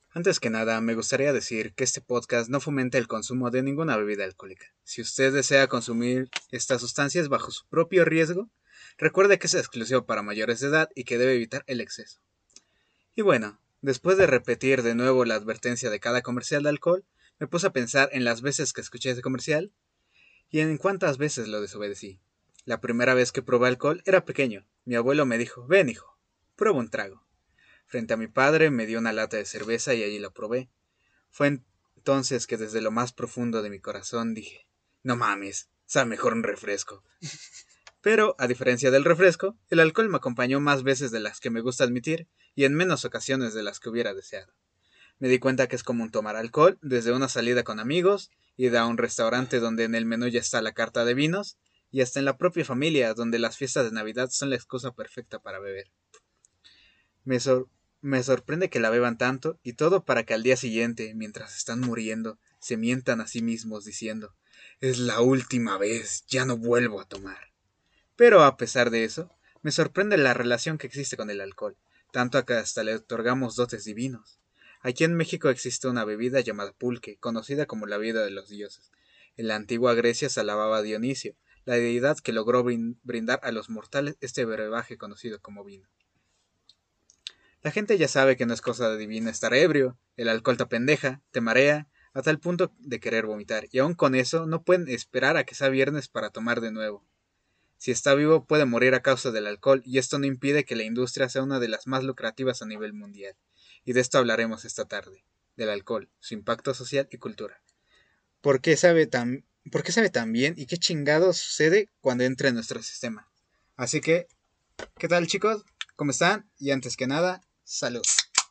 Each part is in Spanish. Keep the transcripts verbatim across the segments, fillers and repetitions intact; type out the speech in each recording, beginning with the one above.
Antes que nada, me gustaría decir que este podcast no fomenta el consumo de ninguna bebida alcohólica. Si usted desea consumir estas sustancias bajo su propio riesgo, recuerde que es exclusivo para mayores de edad y que debe evitar el exceso. Y bueno, después de repetir de nuevo la advertencia de cada comercial de alcohol, me puse a pensar en las veces que escuché ese comercial y en cuántas veces lo desobedecí. La primera vez que probé alcohol era pequeño. Mi abuelo me dijo, ven hijo, prueba un trago. Frente a mi padre me dio una lata de cerveza y allí la probé. Fue entonces que desde lo más profundo de mi corazón dije, no mames, sabe mejor un refresco. Pero, a diferencia del refresco, el alcohol me acompañó más veces de las que me gusta admitir y en menos ocasiones de las que hubiera deseado. Me di cuenta que es común tomar alcohol desde una salida con amigos, ir a un restaurante donde en el menú ya está la carta de vinos, y hasta en la propia familia, donde las fiestas de Navidad son la excusa perfecta para beber. Me, sor- me sorprende que la beban tanto, y todo para que al día siguiente, mientras están muriendo, se mientan a sí mismos diciendo, es la última vez, ya no vuelvo a tomar. Pero a pesar de eso, me sorprende la relación que existe con el alcohol, tanto que hasta le otorgamos dotes divinos. Aquí en México existe una bebida llamada pulque, conocida como la bebida de los dioses. En la antigua Grecia se alababa a Dionisio, la deidad que logró brindar a los mortales este brebaje conocido como vino. La gente ya sabe que no es cosa divina estar ebrio, el alcohol te pendeja, te marea, a tal punto de querer vomitar, y aun con eso no pueden esperar a que sea viernes para tomar de nuevo. Si está vivo puede morir a causa del alcohol, y esto no impide que la industria sea una de las más lucrativas a nivel mundial. Y de esto hablaremos esta tarde, del alcohol, su impacto social y cultura. ¿Por qué sabe tan, por qué sabe tan bien y qué chingado sucede cuando entra en nuestro sistema? Así que, ¿qué tal chicos? ¿Cómo están? Y antes que nada, salud.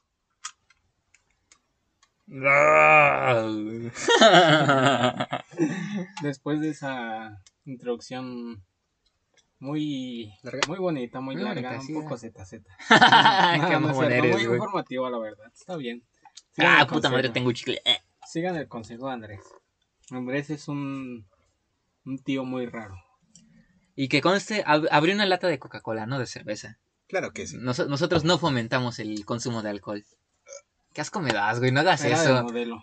Después de esa introducción muy ¿Larga? muy bonita, muy, Muy larga, bonita, un sí, poco ¿eh? zeta zeta. Qué No, no es mamón cierto, eres, muy güey. informativa la verdad, está bien. Sigan Ah, el puta madre, consejo. tengo chicle. Eh. Sigan el consejo de Andrés. Andrés es un, un tío muy raro. Y que conste, ab- abrí una lata de Coca-Cola, no de cerveza. Claro que sí. Nos- nosotros no fomentamos el consumo de alcohol. ¿Qué asco me das, güey? No hagas Era de eso. modelo.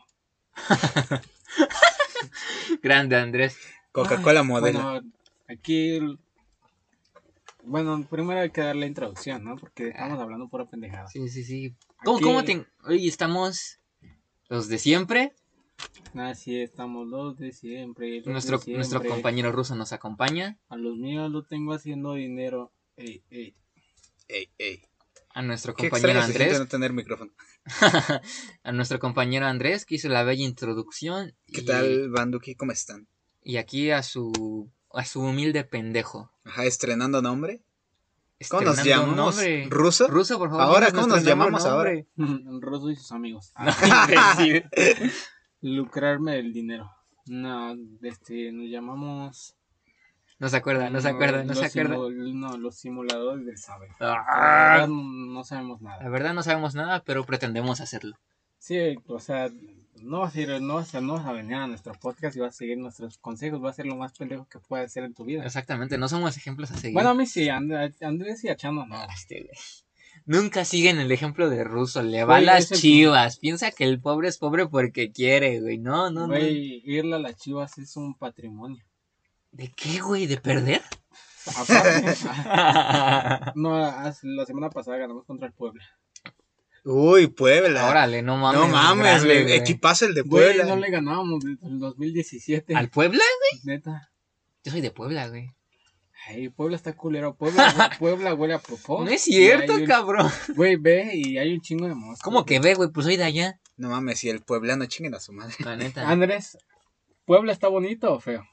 Grande, Andrés. Coca-Cola Ay, modelo. bueno, aquí, bueno, primero hay que dar la introducción, ¿no? Porque estamos Ah, hablando pura pendejada. sí, sí, sí. ¿Cómo, Aquí, cómo te...? Hoy estamos los de siempre. así estamos los de siempre, los de Nuestro, nuestro siempre. compañero ruso nos acompaña. A los míos lo tengo haciendo dinero. Ey, ey. Ey, ey. A nuestro Qué compañero extraño se siente Andrés. no tener micrófono. A nuestro compañero Andrés, que hizo la bella introducción. ¿Qué Y, tal, Banduki? ¿Cómo están? y aquí a su, a su humilde pendejo. Ajá, estrenando nombre. ¿Cómo nos Estrenando un llamamos? nombre. ¿Ruso? Ruso, por favor, Ahora, dinos ¿cómo nuestro nos nuevo llamamos ahora? nombre. Rosso y sus amigos. No, imbécil. Lucrarme el dinero. No, este, nos llamamos. No se acuerda, no se mm, acuerda, no se los acuerda. simu- no, los simuladores del saber. Ah. La verdad, no, no sabemos La nada. verdad no sabemos nada, pero pretendemos hacerlo. Sí, o sea, no vas a ir, no vas a, no vas a venir a nuestro podcast y vas a seguir nuestros consejos. Va a ser lo más pendejo que puedas hacer en tu vida. Exactamente, no somos ejemplos a seguir. Bueno, a mí sí, And- Andrés y a Chano no. Ah, este, güey. Nunca siguen el ejemplo de Russo, le va Güey, a las es el que- chivas. Piensa que el pobre es pobre porque quiere, güey. No, no, no. Güey, irle a las chivas es un patrimonio. ¿De qué, güey? ¿De perder? Aparte, no, hace- la semana pasada ganamos contra el Puebla. Uy, Puebla. Órale, no mames. No mames, grande, güey. güey. Equipazo el de Güey, Puebla. no le ganábamos desde el dos mil diecisiete. ¿Al Puebla? Neta. Yo soy de Puebla, güey. Ay, Puebla está culero. Puebla, hue- Puebla huele a popó. No es Y cierto, hay un- cabrón. Güey, ve y hay un chingo de moscas. ¿Cómo que ve, güey? Pues soy de allá. No mames, si el pueblano chinguen a su madre. La neta. Andrés, ¿Puebla está bonito o feo?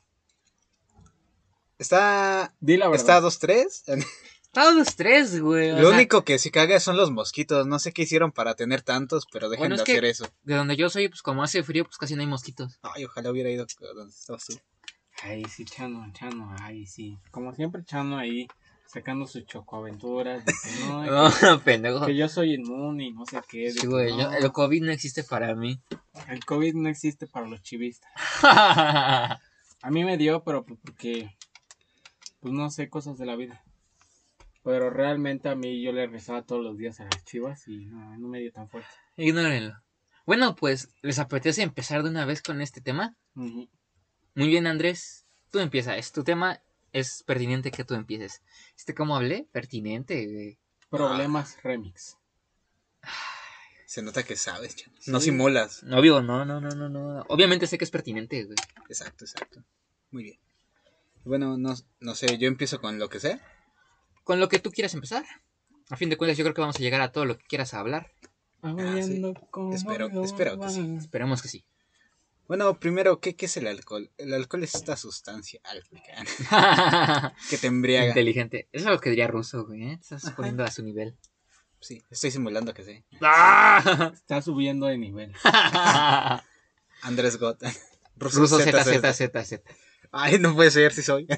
Está. Di la verdad. Está dos tres. Todos tres, güey. o Lo sea, único que sí caga son los mosquitos. No sé qué hicieron para tener tantos, pero dejen Bueno, de es que- hacer eso. De donde yo soy, pues como hace frío, pues casi no hay mosquitos. Ay, ojalá hubiera ido a donde estabas tú. Ay, sí, Chano, Chano, ay, sí. Como siempre, Chano ahí sacando sus chocoaventuras. De que no, de No, pendejo. que, que yo soy inmune y no sé qué. de Sí, que güey. no, yo- el COVID no existe para mí. el COVID no existe para los chivistas. A mí me dio, pero pues porque, pues no sé, cosas de la vida. Pero realmente a mí yo le rezaba todos los días a las chivas y no, no me dio tan fuerte. Ignórenlo. Bueno, pues, ¿les apetece empezar de una vez con este tema? Ujú. Muy bien, Andrés. Tú empieza. Es tu tema. Es pertinente que tú empieces. ¿Este cómo hablé? Pertinente, güey. Problemas remix. Se nota que sabes, chavo. Sí. No simulas. Obvio, no, no, no, no, no. Obviamente sé que es pertinente, güey. Exacto, exacto. Muy bien. Bueno, no, no sé, yo empiezo con lo que sé. Con lo que tú quieras empezar. A fin de cuentas, yo creo que vamos a llegar a todo lo que quieras hablar. Hablando como Espero- lo espero que sí. va. Esperemos que sí. Bueno, primero, ¿qué, qué es el alcohol? El alcohol es esta sustancia alcohólica que te embriaga. Inteligente. Eso es lo que diría Russo, güey. ¿eh? Te estás poniendo a su nivel. Sí, estoy simulando que sí. ¡Ah! Está subiendo de nivel. Andrés Gott. Russo Z, Z, Z, Z. Ay, no puede ser si soy.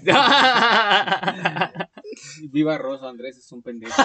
Viva Rosa, Andrés es un pendejo.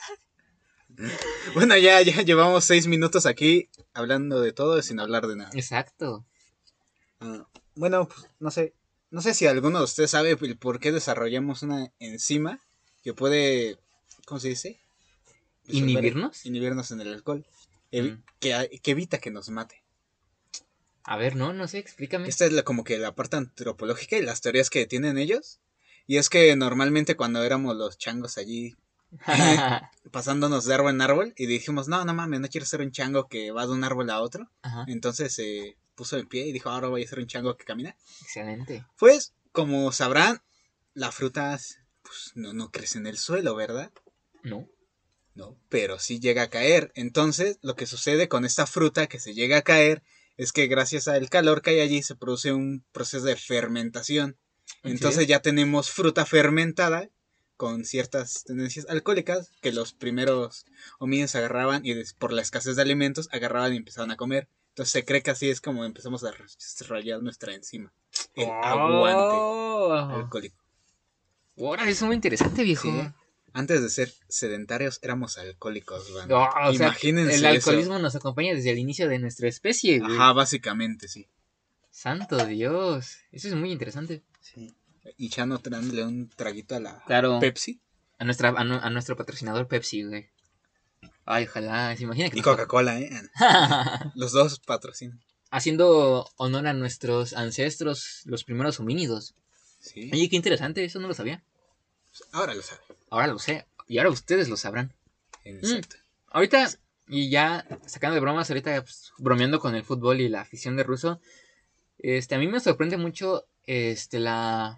Bueno, ya, ya llevamos seis minutos aquí hablando de todo sin hablar de nada. Exacto. Ah, bueno, pues, no sé. No sé si alguno de ustedes sabe el por qué desarrollamos una enzima que puede, ¿cómo se dice? Disolver- ¿Inhibirnos? Inhibirnos en el alcohol. Evi- Mm. que, que evita que nos mate. A ver, no, no sé, explícame. Esta es la, como que la parte antropológica y las teorías que tienen ellos. Y es que normalmente cuando éramos los changos allí pasándonos de árbol en árbol y dijimos, no, no mames, no quiero ser un chango que va de un árbol a otro. Ajá, Entonces se puso en pie y dijo, ahora voy a ser un chango que camina. excelente. Pues, como sabrán, la fruta pues, no, no crece en el suelo, ¿verdad? No. No, pero sí llega a caer. Entonces, lo que sucede con esta fruta que se llega a caer es que gracias al calor que hay allí se produce un proceso de fermentación. ¿En Entonces serio? ya tenemos fruta fermentada con ciertas tendencias alcohólicas que los primeros homínidos agarraban y des- por la escasez de alimentos agarraban y empezaban a comer. Entonces se cree que así es como empezamos a desarrollar nuestra enzima. El aguante Oh. alcohólico. Ahora, eso es muy interesante, viejo. Sí, ¿eh? Antes de ser sedentarios éramos alcohólicos, banda. Oh, o sea, Imagínense el eso. alcoholismo nos acompaña desde el inicio de nuestra especie, güey. Ajá, básicamente, sí. Santo Dios. Eso es muy interesante. Sí. Y Chano dándole un traguito a la Claro. Pepsi A, nuestra, a, nu- a nuestro patrocinador Pepsi, güey. Ay, ojalá. ¿Se imagina que y nos- Coca-Cola, ¿eh? Los dos patrocinan. Haciendo honor a nuestros ancestros, los primeros homínidos. Sí. Oye, qué interesante, eso no lo sabía. Ahora lo sabe. Ahora lo sé. Y ahora ustedes lo sabrán. Exacto. Ahorita, y ya sacando de bromas, ahorita pues, bromeando con el fútbol y la afición de Russo, este, a mí me sorprende mucho este, la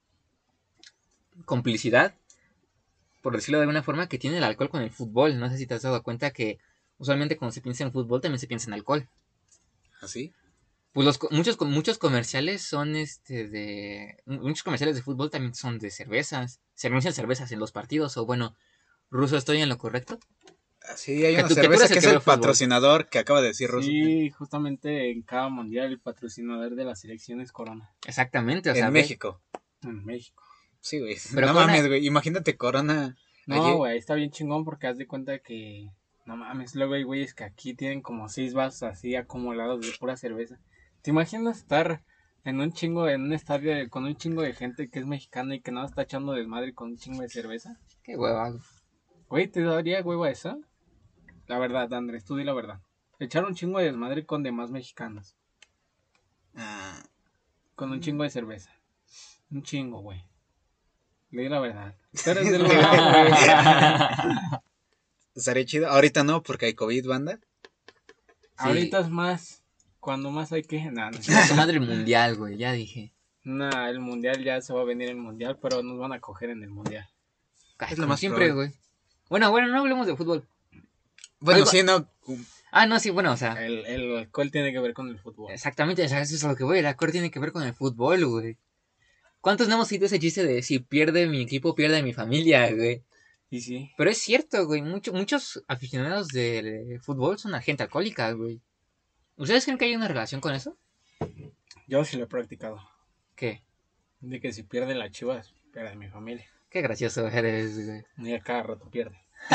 complicidad, por decirlo de alguna forma, que tiene el alcohol con el fútbol. No sé si te has dado cuenta que usualmente cuando se piensa en fútbol también se piensa en alcohol. ¿Así? Pues los, co- muchos, muchos comerciales son este de... Muchos comerciales de fútbol también son de cervezas. Se anuncian cervezas en los partidos, o bueno, Russo, ¿estoy en lo correcto? Así hay Que una tú- que tú cerveza eres el que es que ve el fútbol. patrocinador que acaba de decir Russo. Sí, justamente en cada mundial el patrocinador de la selección es Corona. Exactamente, o sea, En ve- México. En México. Sí, güey. Pero no Corona- mames, güey. Imagínate Corona. No, allí. güey, está bien chingón porque haz de cuenta que... No mames, luego hay güeyes que aquí tienen como seis vasos así acumulados de pura cerveza. ¿Te imaginas estar en un chingo, en un estadio de- con un chingo de gente que es mexicana y que nada está echando desmadre con un chingo de cerveza? Qué hueva. Güey, ¿te daría hueva esa? La verdad, Andrés, tú di la verdad. Echar un chingo de desmadre con demás mexicanos. Ah, Con un chingo de cerveza. Un chingo, güey. Le di la verdad. Tú eres del lugar, güey. estaría chido. Ahorita no, porque hay COVID, banda. Ahorita es más. Cuando más hay que. Nah, no, Esa madre el mundial, güey, ya dije. nah, el mundial ya se va a venir el mundial, pero nos van a coger en el mundial. Ay, Es lo como más siempre, probable. güey. Bueno, bueno, no hablemos de fútbol. Bueno, Ahí va. sí, no. Ah, no, sí, bueno, o sea, El, el alcohol tiene que ver con el fútbol. exactamente, o sea, eso es a lo que voy. El alcohol tiene que ver con el fútbol, güey. ¿Cuántos no hemos oído ese chiste de si pierde mi equipo, pierde mi familia, güey? Y sí. Pero es cierto, güey. Mucho- muchos aficionados del fútbol son a gente alcohólica, güey. ¿Ustedes creen que hay una relación con eso? Yo sí lo he practicado. ¿Qué? De que si pierde la Chivas, pierde mi familia. Qué gracioso eres, güey. Y a cada rato pierde.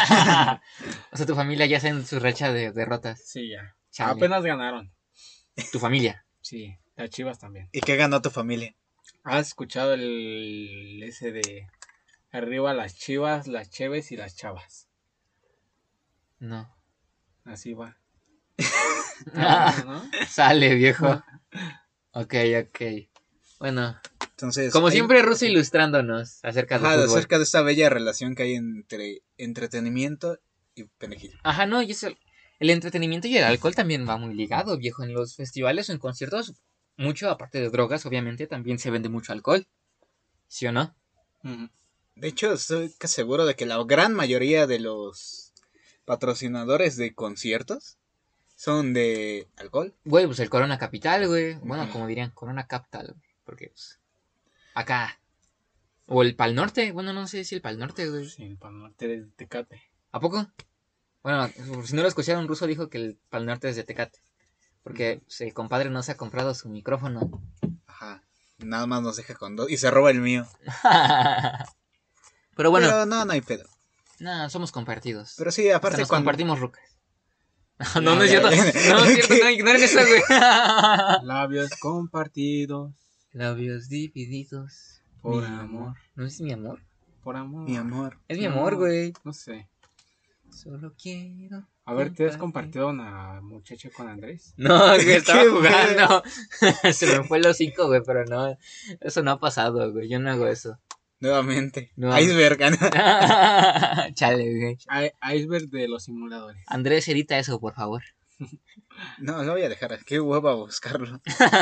O sea, tu familia ya está en su racha de derrotas. Sí, ya. Chale. Apenas ganaron. Tu familia. Sí, las Chivas también. ¿Y qué ganó tu familia? ¿Has escuchado el ese de arriba las Chivas, las Cheves y las Chavas? No. Así va. Ah, ¿no? Sale, viejo. Ok, ok. Bueno, Entonces, como hay- siempre, Ruso ilustrándonos acerca del Ajá, fútbol. acerca de esta bella relación que hay entre entretenimiento y pendejismo. Ajá, no, y eso, el entretenimiento y el alcohol también va muy ligado, viejo. En los festivales o en conciertos, mucho, aparte de drogas, obviamente, también se vende mucho alcohol. ¿Sí o no? Ujú. De hecho, estoy casi seguro de que la gran mayoría de los patrocinadores de conciertos son de alcohol. Güey, pues el Corona Capital, güey. Bueno, Ujú. como dirían, Corona Capital, güey. Porque, pues, acá. O el Pal Norte. Bueno, no sé si el Pal Norte, güey. Sí, el Pal Norte de Tecate. ¿A poco? Bueno, si no lo escucharon, un ruso dijo que el Pal Norte es de Tecate. Porque pues, el compadre no se ha comprado su micrófono. Ajá. Nada más nos deja con dos. Y se roba el mío. Pero bueno, Pero no, no hay pedo. nada, somos compartidos. Pero sí, Hasta aparte nos cuando... compartimos rucas. No, Ya, no es ya, cierto. ya. No es cierto, no ignoren eso, güey. Labios compartidos Labios divididos. por Mi amor. ¿No es mi amor? Por amor. Mi amor. Es mi No, amor, güey. No sé. Solo quiero. A ver, ¿te has compartir. compartido una muchacha con Andrés? No, güey, estaba Qué jugando. Se me fue el hocico, güey, pero no. Eso no ha pasado, güey. Yo no hago eso. Nuevamente. No. Iceberg. Chale, güey. I- Iceberg de los simuladores. Andrés, edita eso, por favor. No, lo voy a dejar. Qué hueva buscarlo.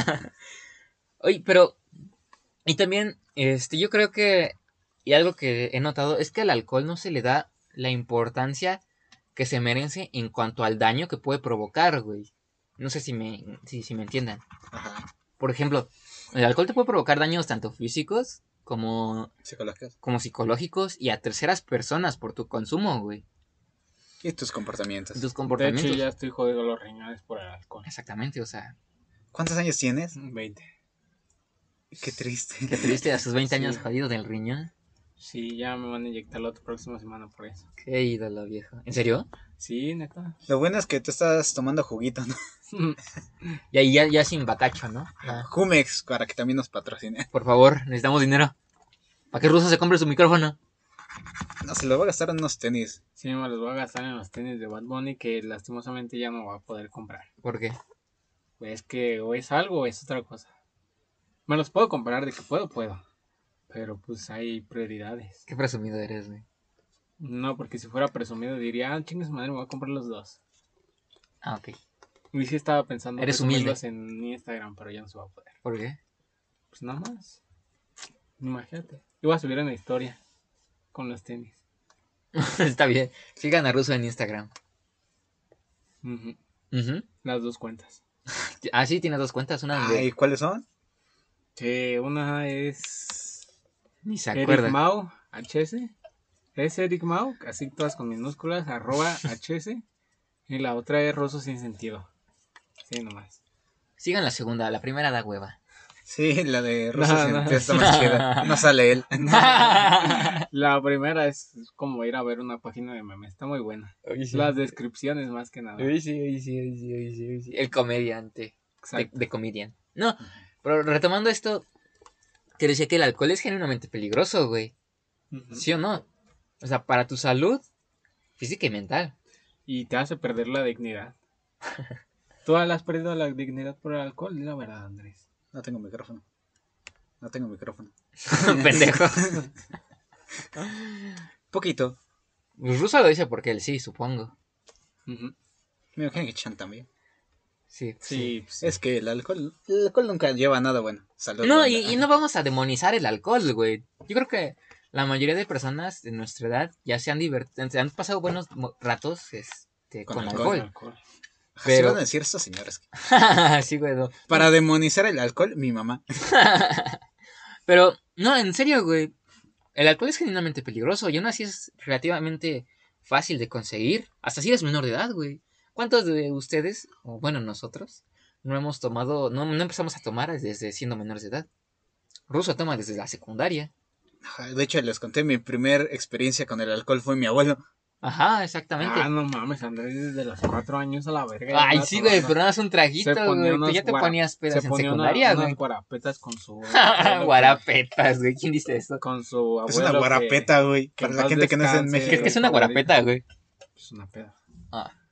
Oye, pero. Y también, este, yo creo que. Y algo que he notado es que al alcohol no se le da la importancia que se merece en cuanto al daño que puede provocar, güey. No sé si me, si, si me entiendan. Ajá. Por ejemplo, el alcohol te puede provocar daños tanto físicos como, Psicológicos. como psicológicos y a terceras personas por tu consumo, güey. Y tus comportamientos. Tus De hecho, comportamientos. ya estoy jodido los riñones por el alcohol. Exactamente, o sea, ¿Cuántos años tienes? veinte. Qué triste. qué triste a sus veinte Sí. años jodido del riñón. Sí, ya me van a inyectar la otra próxima semana por eso. Qué ídolo, viejo. ¿En serio? Sí, neta. Lo bueno es que tú estás tomando juguito, ¿no? Y ahí ya, ya sin bacacho, ¿no? Ah, Jumex, para que también nos patrocine. por favor, necesitamos dinero. ¿Para qué Ruso se compre su micrófono? No, se lo va a gastar en unos tenis. Sí, me los voy a gastar en los tenis de Bad Bunny que lastimosamente ya no voy a poder comprar. ¿Por qué? Pues que o es algo o es otra cosa. Me los puedo comprar, de que puedo, puedo. Pero pues hay prioridades. Qué presumido eres, güey. No, porque si fuera presumido diría, ah, chingas madre, me voy a comprar los dos. Ah, ok. Y sí estaba pensando Eres presumirlos en Instagram, pero ya no se va a poder. ¿Por qué? Pues nada más. Imagínate. Iba a subir una historia con los tenis. Está bien. Sigan a Ruso en Instagram. Ujú. Ujú. Las dos cuentas. Ah, sí, tienes dos cuentas. Una donde Ay, ¿cuáles son? Que una es ni se Eric acuerda. Mau, H S. Es Eric Mau, así todas con minúsculas, arroba H S. Y la otra es Rosso sin sentido. Sí, nomás. Sigan la segunda. La primera da hueva. Sí, la de Rosa No, no. está más chida. No sale él. La primera es como ir a ver una página de memes. Está muy buena. Uy, sí. Las descripciones más que nada. Uy, sí, uy, sí, uy, sí, uy, sí, uy, sí. El comediante. De, Exacto. de comedian. No, pero retomando esto, que decía que el alcohol es genuinamente peligroso, güey. Ujú. ¿Sí o no? O sea, para tu salud física y mental. Y te hace perder la dignidad. ¿Tú has perdido la dignidad por el alcohol? Di la verdad, Andrés. No tengo micrófono. No tengo micrófono. Pendejo. Poquito. Pues Russo lo dice porque él sí, supongo. Ujú. Me imagino que Chan también. Sí, Sí, sí. Es que el alcohol, el alcohol nunca lleva nada bueno. Salud. No, banda. y, y no vamos a demonizar el alcohol, güey. Yo creo que la mayoría de personas de nuestra edad ya se han divertido, se han pasado buenos mo- ratos este, Con con, alcohol. alcohol. Así pero- van a decir estos señores. Sí, güey. No. Para demonizar el alcohol, mi mamá. Pero, no, en serio, güey. El alcohol es genuinamente peligroso y aún así es relativamente fácil de conseguir. Hasta si eres menor de edad, güey. ¿Cuántos de ustedes, o bueno, nosotros, no hemos tomado, no, no empezamos a tomar desde siendo menores de edad? Ruso toma desde la secundaria. Ajá, de hecho, les conté mi primer experiencia con el alcohol fue mi abuelo. Ajá, exactamente. Ah, no mames, Andrés desde los cuatro años a la verga. Ay, ya sí, tomando. güey, pero nada más un traguito, Se ponía güey. Tú unos ya te guara- ponías pedas Se en ponía una- secundaria, unas güey. guarapetas con su... Guarapetas, güey. ¿Quién dice eso? Con su abuelo. Es una que- guarapeta, güey. que Para en la paz gente que no es en descanse. ¿Qué es México. que es una guarapeta, güey? Es una peda. Ah,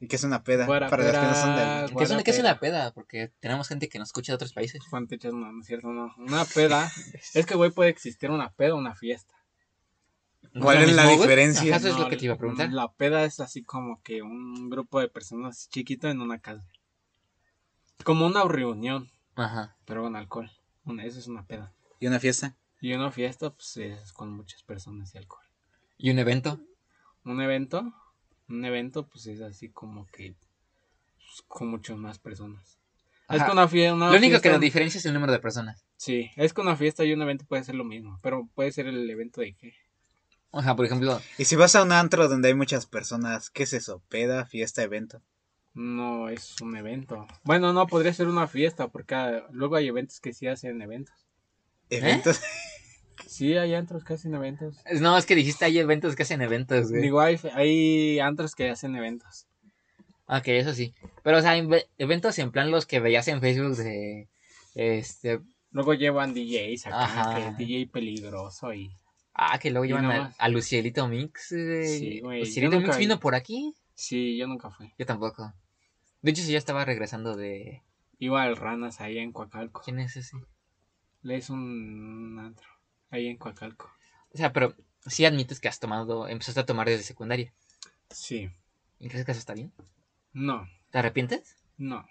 ¿Y qué es una peda? Guarapera, Para los que no son del... ¿Qué es, una, ¿Qué es guarapera. una peda? Porque tenemos gente que nos escucha de otros países. Juan te echas, no, no es cierto, no. Una peda. Es que, güey, puede existir una peda o una fiesta. ¿No ¿Cuál es lo es la mismo, güey? diferencia? Ajá, eso es No, lo que te iba a preguntar. La peda es así como que un grupo de personas chiquito en una casa. Como una reunión, Ajá. pero con alcohol. Una, eso es una peda. ¿Y una fiesta? Y una fiesta, pues es con muchas personas y alcohol. ¿Y un evento? Un evento, un evento, pues es así como que pues, con muchas más personas. Es Ajá. que una, fie una Lo único fiesta. que lo diferencia es el número de personas. Sí, es que una fiesta y un evento puede ser lo mismo, pero puede ser el evento de qué. Ajá, por ejemplo, Y si vas a un antro donde hay muchas personas, ¿qué es eso? ¿Peda, fiesta, evento? No es un evento. Bueno, no, podría ser una fiesta, porque ah, luego hay eventos que sí hacen eventos. ¿Eventos? Sí, hay antros que hacen eventos. es- no, es que dijiste hay eventos que hacen eventos, güey. Digo, hay, hay antros que hacen eventos. Ok, eso sí. Pero, o sea, inve- eventos en plan los que veías en Facebook de... Este... Luego llevan D Js acá, Ajá. que D J peligroso y... Ah, que luego Y llevan nada a, más. a Lucielito Mix, güey. Sí, güey, yo Lucielito nunca Mix vino vi. por aquí. Sí, yo nunca fui. Yo tampoco. De hecho, sí, ya estaba regresando de... Iba al Ranas ahí en Coacalco. ¿Quién es ese? Le es un antro ahí en Coacalco. O sea, pero sí admites que has tomado... Empezaste a tomar desde secundaria. Sí. ¿Y crees que eso está bien? No, ¿Te arrepientes? no.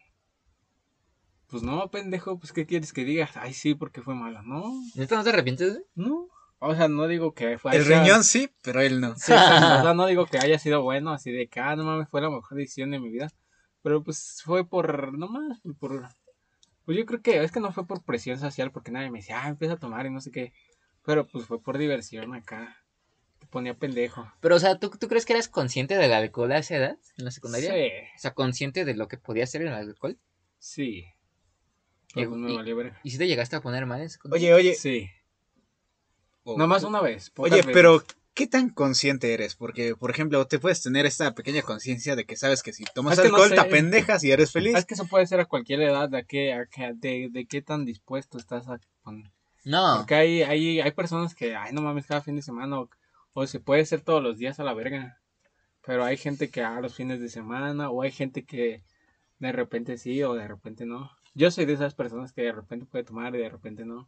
Pues no, pendejo, pues ¿qué quieres que diga? Ay, sí, porque fue mala. No, ¿Neta no te arrepientes, güey? no. O sea, no digo que fue... El haya- riñón sí, pero él no. Sí, exacto, o sea, no digo que haya sido bueno, así de que, ah, no mames, fue la mejor decisión de mi vida. Pero pues fue por, no más, por, por- pues yo creo que es que no fue por presión social, porque nadie me decía, ah, empieza a tomar y no sé qué. Pero pues fue por diversión acá. Te ponía pendejo. Pero, o sea, ¿tú, ¿tú crees que eras consciente del alcohol a esa edad? ¿En la secundaria? Sí, O sea, consciente de lo que podía ser el alcohol. sí. Y, Pero pues me y- valió verga. ¿y si te llegaste a poner mal en secundaria? Oye, oye. Sí, oh, nomás tú- una vez. pocas Oye, veces. pero ¿qué tan consciente eres? Porque, por ejemplo, te puedes tener esta pequeña conciencia de que sabes que si tomas Es que no alcohol sé. te apendejas y eres feliz. Es que eso puede ser a cualquier edad, de, qué, a qué- de, de qué tan dispuesto estás a poner. No. Porque hay, hay, hay personas que, ay, no mames, cada fin de semana, o, o se puede ser todos los días a la verga. Pero hay gente que a los fines de semana, o hay gente que de repente sí, o de repente no. Yo soy de esas personas que de repente puede tomar y de repente no.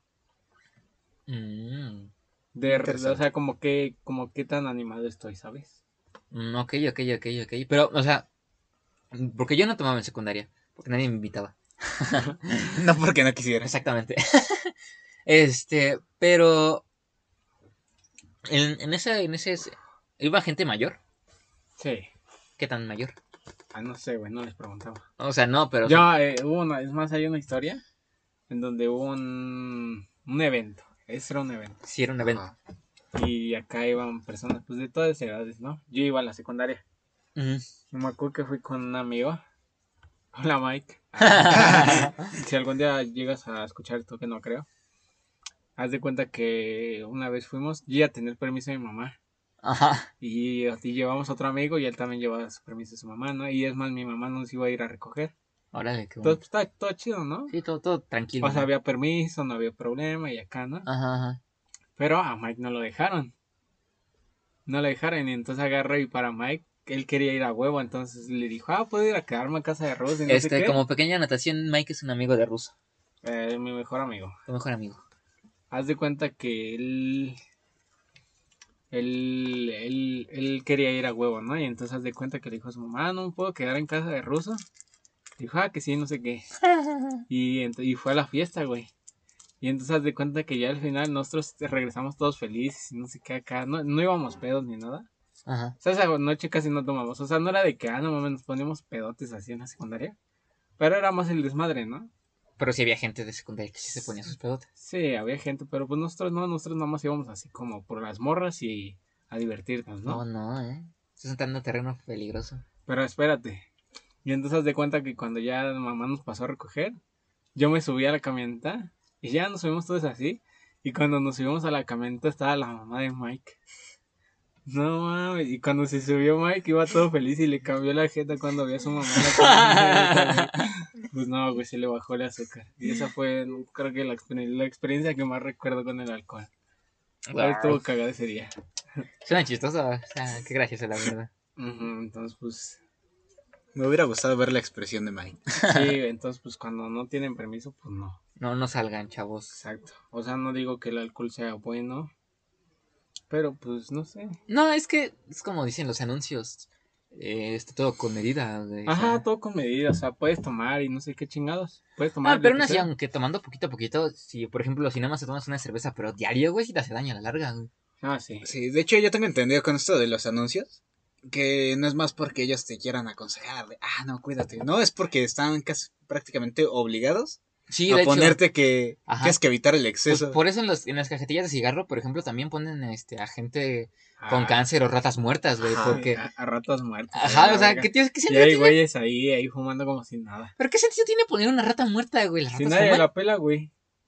Mm, De, re- Interesante. o sea, como que, como que tan animado estoy, ¿sabes? mm, ok, ok, ok, ok. Pero, o sea, porque yo no tomaba en secundaria. Porque nadie me invitaba. No porque no quisieras. Exactamente. este, pero... En, en ese, en ese... ¿Iba gente mayor? Sí. ¿Qué tan mayor? Ah, no sé, güey, no les preguntaba. O sea, no, pero... o sea, Yo, eh, hubo una, es más, hay una historia en donde hubo un, un evento. Ese era un evento. sí era un evento. Ajá. Y acá iban personas pues de todas edades, ¿no? Yo iba a la secundaria. Ujú. Y me acuerdo que fui con un amigo. Hola, Mike. Si algún día llegas a escuchar esto, que no creo. Haz de cuenta que una vez fuimos, yo ya tenía el permiso de mi mamá. Ajá. Y, y llevamos otro amigo y él también llevaba su permiso de su mamá, ¿no? Y es más, mi mamá nos iba a ir a recoger. Órale, qué Entonces, bueno. pues está todo chido, ¿no? Sí, todo, todo tranquilo. O sea, ¿no? había permiso, no había problema y acá, ¿no? Ajá, ajá. Pero a Mike no lo dejaron. No lo dejaron y entonces agarré y para Mike, él quería ir a huevo, entonces le dijo, ah, puedo ir a quedarme a casa de Rose y no sé Este, qué. como pequeña anotación, Mike es un amigo de Russo. Eh, mi mejor amigo. Tu mejor amigo. Haz de cuenta que él, él, él, él quería ir a huevo, ¿no? Y entonces haz de cuenta que le dijo a su mamá, ah, no me puedo quedar en casa de Russo. Dijo, ah, que sí, no sé qué. Y, ent- y fue a la fiesta, güey. Y entonces haz de cuenta que ya al final nosotros regresamos todos felices y no sé qué acá. No, no íbamos pedos ni nada. Ajá. O sea, esa noche casi no tomamos. O sea, no era de que, ah, no mames, nos poníamos pedotes así en la secundaria. Pero era más el desmadre, ¿no? Pero sí había gente de secundaria que sí se ponía sus pedotas. Sí, había gente, pero pues nosotros no, nosotros nada más íbamos así como por las morras y a divertirnos, No, ¿no? no, eh. Estás entrando en terreno peligroso. Pero espérate. Y entonces haz de cuenta que cuando ya mamá nos pasó a recoger, yo me subí a la camioneta y ya nos subimos todos así. Y cuando nos subimos a la camioneta estaba la mamá de Mike. No mames, y cuando se subió Mike iba todo feliz y le cambió la jeta cuando vio a su mamá en la camioneta, güey. Pues no, güey, se le bajó el azúcar. Y esa fue, creo que la, exper- la experiencia que más recuerdo con el alcohol. Ahí estuvo cagado ese día. Suena chistoso. O sea, qué gracioso, la verdad. Ujú, entonces, pues, Me hubiera gustado ver la expresión de Mike. Sí, entonces pues cuando no tienen permiso, pues no. No, no salgan, chavos. Exacto. O sea, no digo que el alcohol sea bueno, pero pues no sé. No, es que es como dicen los anuncios. Eh, está todo con medida, güey. O Ajá, sea. todo con medida, o sea, puedes tomar y no sé qué chingados. Puedes tomar Ah, lo pero que aún así, sea. aunque tomando poquito a poquito, si por ejemplo, si nada más te tomas una cerveza, pero diario, güey, si te hace daño a la larga, güey. Ah, sí. Sí, de hecho yo tengo entendido con esto de los anuncios que no es más porque ellos te quieran aconsejar de, ah, no, cuídate. No, es porque están casi prácticamente obligados Sí, a de hecho. ponerte que Ajá. tienes que evitar el Pues exceso. por eso en, los, en las cajetillas de cigarro, por ejemplo, también ponen este, a gente con Ah, cáncer o ratas muertas, güey, Ajá. porque... A, a ratos muertos. a Ajá, la o sea, verga. ¿qué, tiene- qué Y sentido hay tiene? güeyes ahí, ahí fumando como si nada. ¿Pero qué sentido tiene poner una rata muerta, güey? ¿Las Si ratas nadie fuman? la pela, güey.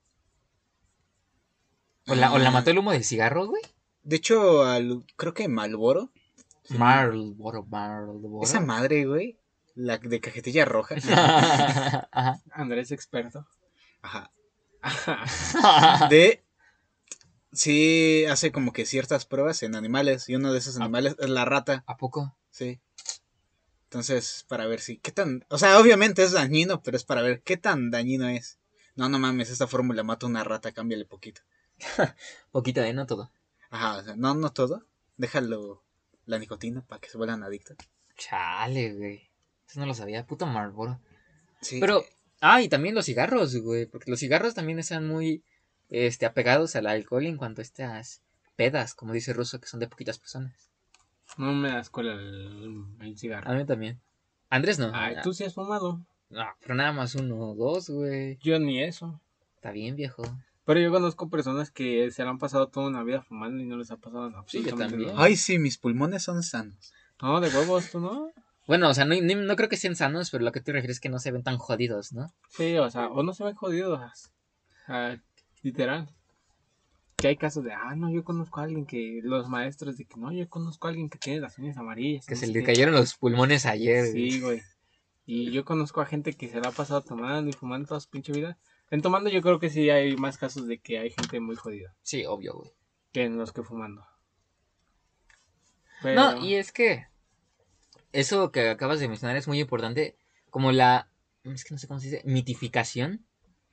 ¿O la, o la Ah, mató el humo del cigarro, güey? De hecho, al, creo que Malboro. Sí, Marlboro, Marlboro. esa madre, güey. La de cajetilla roja. Ajá. Andrés experto. Ajá. Ajá. De. Sí, hace como que ciertas pruebas en animales. Y uno de esos animales es la rata. ¿A poco? Sí. Entonces, para ver si. ¿Qué tan.? O sea, obviamente es dañino, pero es para ver qué tan dañino es. No, no mames, esta fórmula mata una rata, cámbiale poquito. Poquito, ¿eh? No todo. Ajá, o sea, no, no todo. Déjalo la nicotina para que se vuelvan adictos. Chale, güey. Eso no lo sabía. Puto Marlboro. Sí. Pero, ah, y también los cigarros, güey. Porque los cigarros también están muy este, apegados al alcohol en cuanto a estas pedas, como dice Russo, que son de poquitas personas. No me das cola el, el cigarro. A mí también. Andrés no. Ay, tú sí has fumado. No, pero nada más uno o dos, güey. Yo ni eso. Está bien, viejo. Pero yo conozco personas que se la han pasado toda una vida fumando y no les ha pasado nada. Sí, yo absolutamente también. nada. Ay, sí, mis pulmones son sanos. No, de huevos, tú no. Bueno, o sea, no, no, no creo que sean sanos, pero lo que te refieres es que no se ven tan jodidos, ¿no? Sí, o sea, o no se ven jodidos. Ah, literal. Que hay casos de, ah, no, yo conozco a alguien que, los maestros de que, no, yo conozco a alguien que tiene las uñas amarillas. Que no se sé le qué. cayeron los pulmones ayer. güey. Sí, güey. Y yo conozco a gente que se la ha pasado tomando y fumando toda su pinche vida. En tomando yo creo que sí hay más casos de que hay gente muy jodida Sí, obvio, güey. que en los que fumando. Pero, No, y es que eso que acabas de mencionar es muy importante, como la, es que no sé cómo se dice, mitificación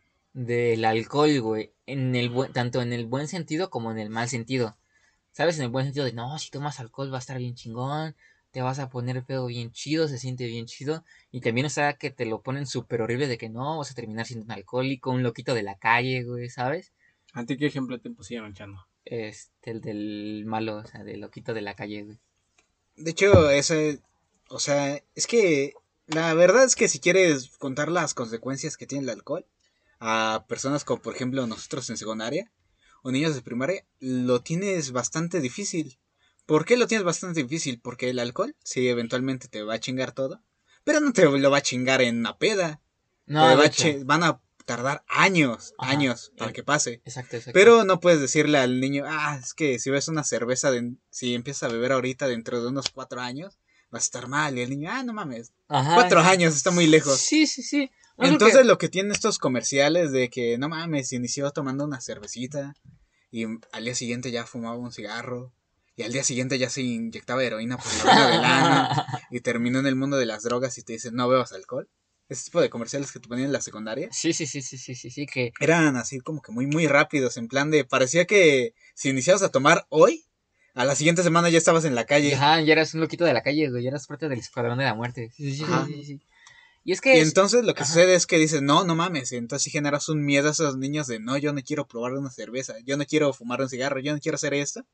del alcohol, güey, en el buen, tanto en el buen sentido como en el mal sentido. ¿Sabes? En el buen sentido de, no, si tomas alcohol va a estar bien chingón, te vas a poner pedo bien chido, se siente bien chido. Y también, o sea, que te lo ponen súper horrible de que no, vas a terminar siendo un alcohólico, un loquito de la calle, güey, ¿sabes? ¿a ti qué ejemplo te pusieron, Chano? Este, el del malo, o sea, del loquito de la calle, güey. De hecho, ese. O sea, es que. La verdad es que si quieres contar las consecuencias que tiene el alcohol a personas como, por ejemplo, nosotros en secundaria o niños de primaria, lo tienes bastante difícil. ¿Por qué lo tienes bastante difícil? Porque el alcohol, sí, eventualmente te va a chingar todo, pero no te lo va a chingar en una peda. No, Te va de a hecho. chi- van a tardar años, Ajá. años para Eh, que pase. Exacto, exacto. Pero no puedes decirle al niño, ah, es que si ves una cerveza, de, si empiezas a beber ahorita dentro de unos cuatro años, vas a estar mal. Y el niño, ah, no mames, Ajá, cuatro sí. años, está muy lejos. Sí, sí, sí. No, Entonces porque- lo que tienen estos comerciales de que, no mames, inició tomando una cervecita y al día siguiente ya fumaba un cigarro y al día siguiente ya se inyectaba heroína por la vena del ano y terminó en el mundo de las drogas y te dicen, no bebas alcohol. Ese tipo de comerciales que te ponían en la secundaria Sí, sí, sí, sí, sí, sí, sí, que... eran así como que muy, muy rápidos, en plan de, parecía que si iniciabas a tomar hoy, a la siguiente semana ya estabas en la calle. Ajá, ya eras un loquito de la calle, güey, ya eras parte del escuadrón de la muerte. Sí, sí, sí, Ajá. sí, sí, sí. Y es que... Y es- entonces lo que Ajá. sucede es que dices, no, no mames, y entonces sí generas un miedo a esos niños de, no, yo no quiero probar una cerveza, yo no quiero fumar un cigarro, yo no quiero hacer esto.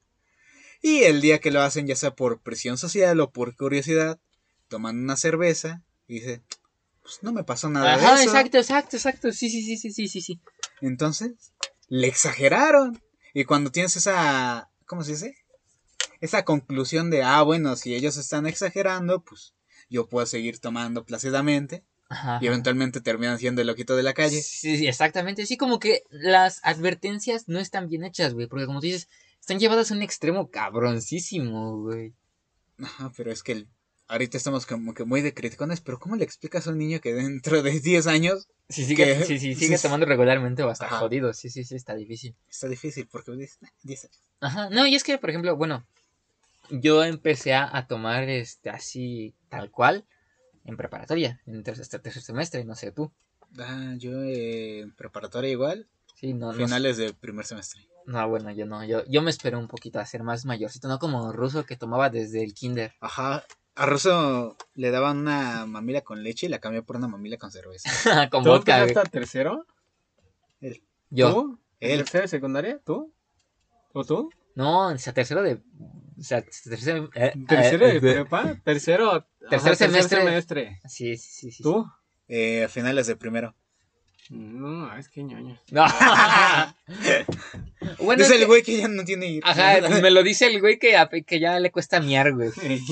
Y el día que lo hacen, ya sea por presión social o por curiosidad, toman una cerveza y dicen, pues no me pasó nada Ajá, de eso. exacto, exacto, exacto. Sí, sí, sí, sí, sí, sí, sí. Entonces, le exageraron. Y cuando tienes esa, ¿cómo se dice? Esa conclusión de, ah, bueno, si ellos están exagerando, pues yo puedo seguir tomando plácidamente. Ajá. Y eventualmente terminan siendo el loquito de la calle. Sí, sí, exactamente. Sí, como que las advertencias no están bien hechas, güey. Porque como tú dices, están llevadas a un extremo cabroncísimo, güey. Ajá, pero es que el- ahorita estamos como que muy de criticones, pero ¿cómo le explicas a un niño que dentro de diez años Si sigue, que- si, si sigue sí, tomando regularmente va a estar Ajá. jodido. Sí, sí, sí, está difícil. está difícil? Porque dices, "Nah, diez años". Ajá. No, y es que, por ejemplo, bueno, yo empecé a, a tomar este así, tal cual, en preparatoria, en tercer, hasta tercer semestre, no sé tú. Ah, yo eh, en preparatoria igual, Sí, no, no, finales de primer semestre. no, bueno, yo no, yo, yo me esperé un poquito a ser más mayorcito, no como ruso que tomaba desde el kinder. Ajá. A Russo le daban una mamila con leche y la cambió por una mamila con cerveza. Con ¿Tú vodka, empezaste güey. a tercero? Él. Yo. ¿Tú? ¿En Él. tercero de secundaria? ¿Tú? ¿O tú? No, o sea, tercero de... O sea, tercero... eh, ¿Tercero eh, de prepa? ¿Tercero? o Tercer sea, semestre. semestre. Sí, sí, sí, sí. ¿Tú? Eh, a finales de primero. No, es que ñoño. No. Bueno, Dice es el que- güey que ya no tiene ir. Ajá, me lo dice el güey que, ap- que ya le cuesta miar, güey.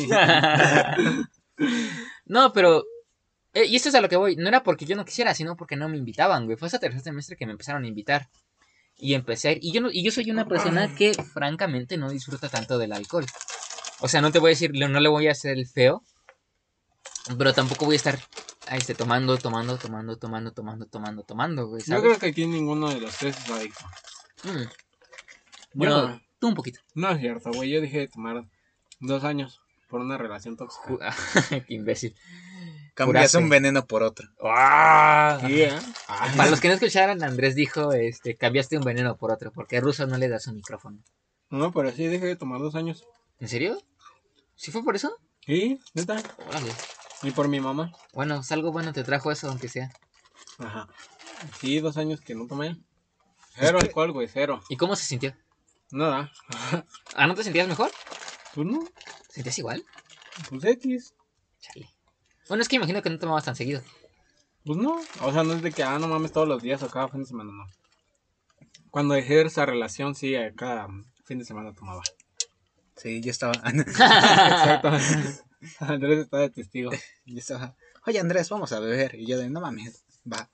No, pero... eh, y esto es a lo que voy. No era porque yo no quisiera, sino porque no me invitaban, güey. Fue hasta tercer semestre que me empezaron a invitar. Y empecé a ir. Y yo, no- y yo soy una persona que, francamente, no disfruta tanto del alcohol. O sea, no te voy a decir, le- no le voy a hacer el feo. Pero tampoco voy a estar ahí, este, tomando, tomando, tomando, tomando, tomando, tomando, tomando, güey. Yo ¿Sabes? creo que aquí ninguno de los tres es adicto. Mm. Bueno, Yo- tú un poquito. No es cierto, güey. Yo dejé de tomar dos años por una relación tóxica. Ju- Qué imbécil. Cambias Juraste. un veneno por otro. ¡Ah! Sí, ¿eh? Para los que no escucharan, Andrés dijo, este, cambiaste un veneno por otro, porque a Russo no le da su micrófono. No, pero sí dejé de tomar dos años. ¿En serio? ¿Sí fue por eso? Sí, neta. Órale. Y por mi mamá. Bueno, pues algo bueno te trajo eso, aunque sea. Ajá. Sí, dos años que no tomé. Cero alcohol, güey, cero. ¿Y cómo se sintió? Nada. ¿Ah, no te sentías mejor? Pues no, ¿Sentías igual? pues X. Chale. Bueno, es que imagino que no tomabas tan seguido. Pues no. O sea, no es de que, ah, no mames, todos los días o cada fin de semana, no. Cuando dejé esa relación, sí, a cada fin de semana tomaba. Sí, yo estaba. Exacto. Andrés está de testigo. yo estaba. Oye, Andrés, vamos a beber. Y yo de, no mames, va.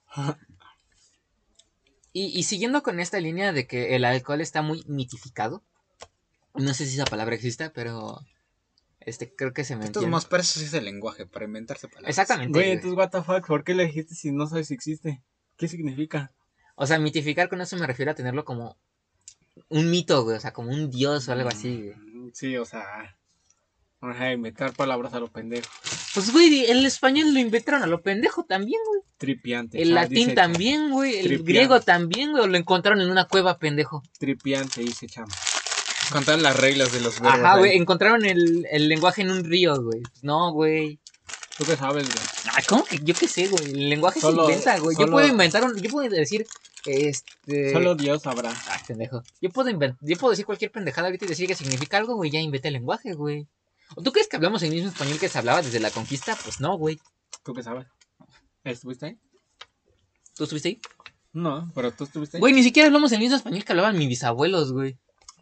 Y, y siguiendo con esta línea de que el alcohol está muy mitificado. No sé si esa palabra exista, pero este creo que se me De todos entiende. modos, para eso sí es el lenguaje, para inventarse palabras. Exactamente. Güey, güey. entonces, what the fuck, ¿por qué le dijiste si no sabes si existe? ¿Qué significa? O sea, mitificar con eso me refiero a tenerlo como un mito, güey. O sea, como un dios o algo así, güey. Mm, Sí, o sea, ajá, inventar palabras a lo pendejo. Pues, güey, el español lo inventaron a lo pendejo también, güey. Tripiante. El o sea, latín dice también, güey. El tripiante. griego también, güey. O lo encontraron en una cueva, pendejo. Tripiante, dice Chama. Contar las reglas de los verbos. Ajá, güey. ahí. Encontraron el, el lenguaje en un río, güey. No, güey. ¿Tú qué sabes, güey? Ay, ¿cómo que? Yo qué sé, güey. El lenguaje Solo- se inventa, güey. Yo solo- puedo inventar un... Yo puedo decir, este... Solo Dios sabrá. Ay, pendejo. Yo puedo inventar... Yo puedo decir cualquier pendejada ahorita y decir que significa algo, güey. Ya inventé el lenguaje, güey. ¿O tú crees que hablamos el mismo español que se hablaba desde la conquista? Pues no, güey. ¿Tú qué sabes? ¿Estuviste ahí? ¿Tú estuviste ahí? No, pero tú estuviste ahí. Güey, ni siquiera hablamos el mismo español que hablaban mis bisabuelos, güey.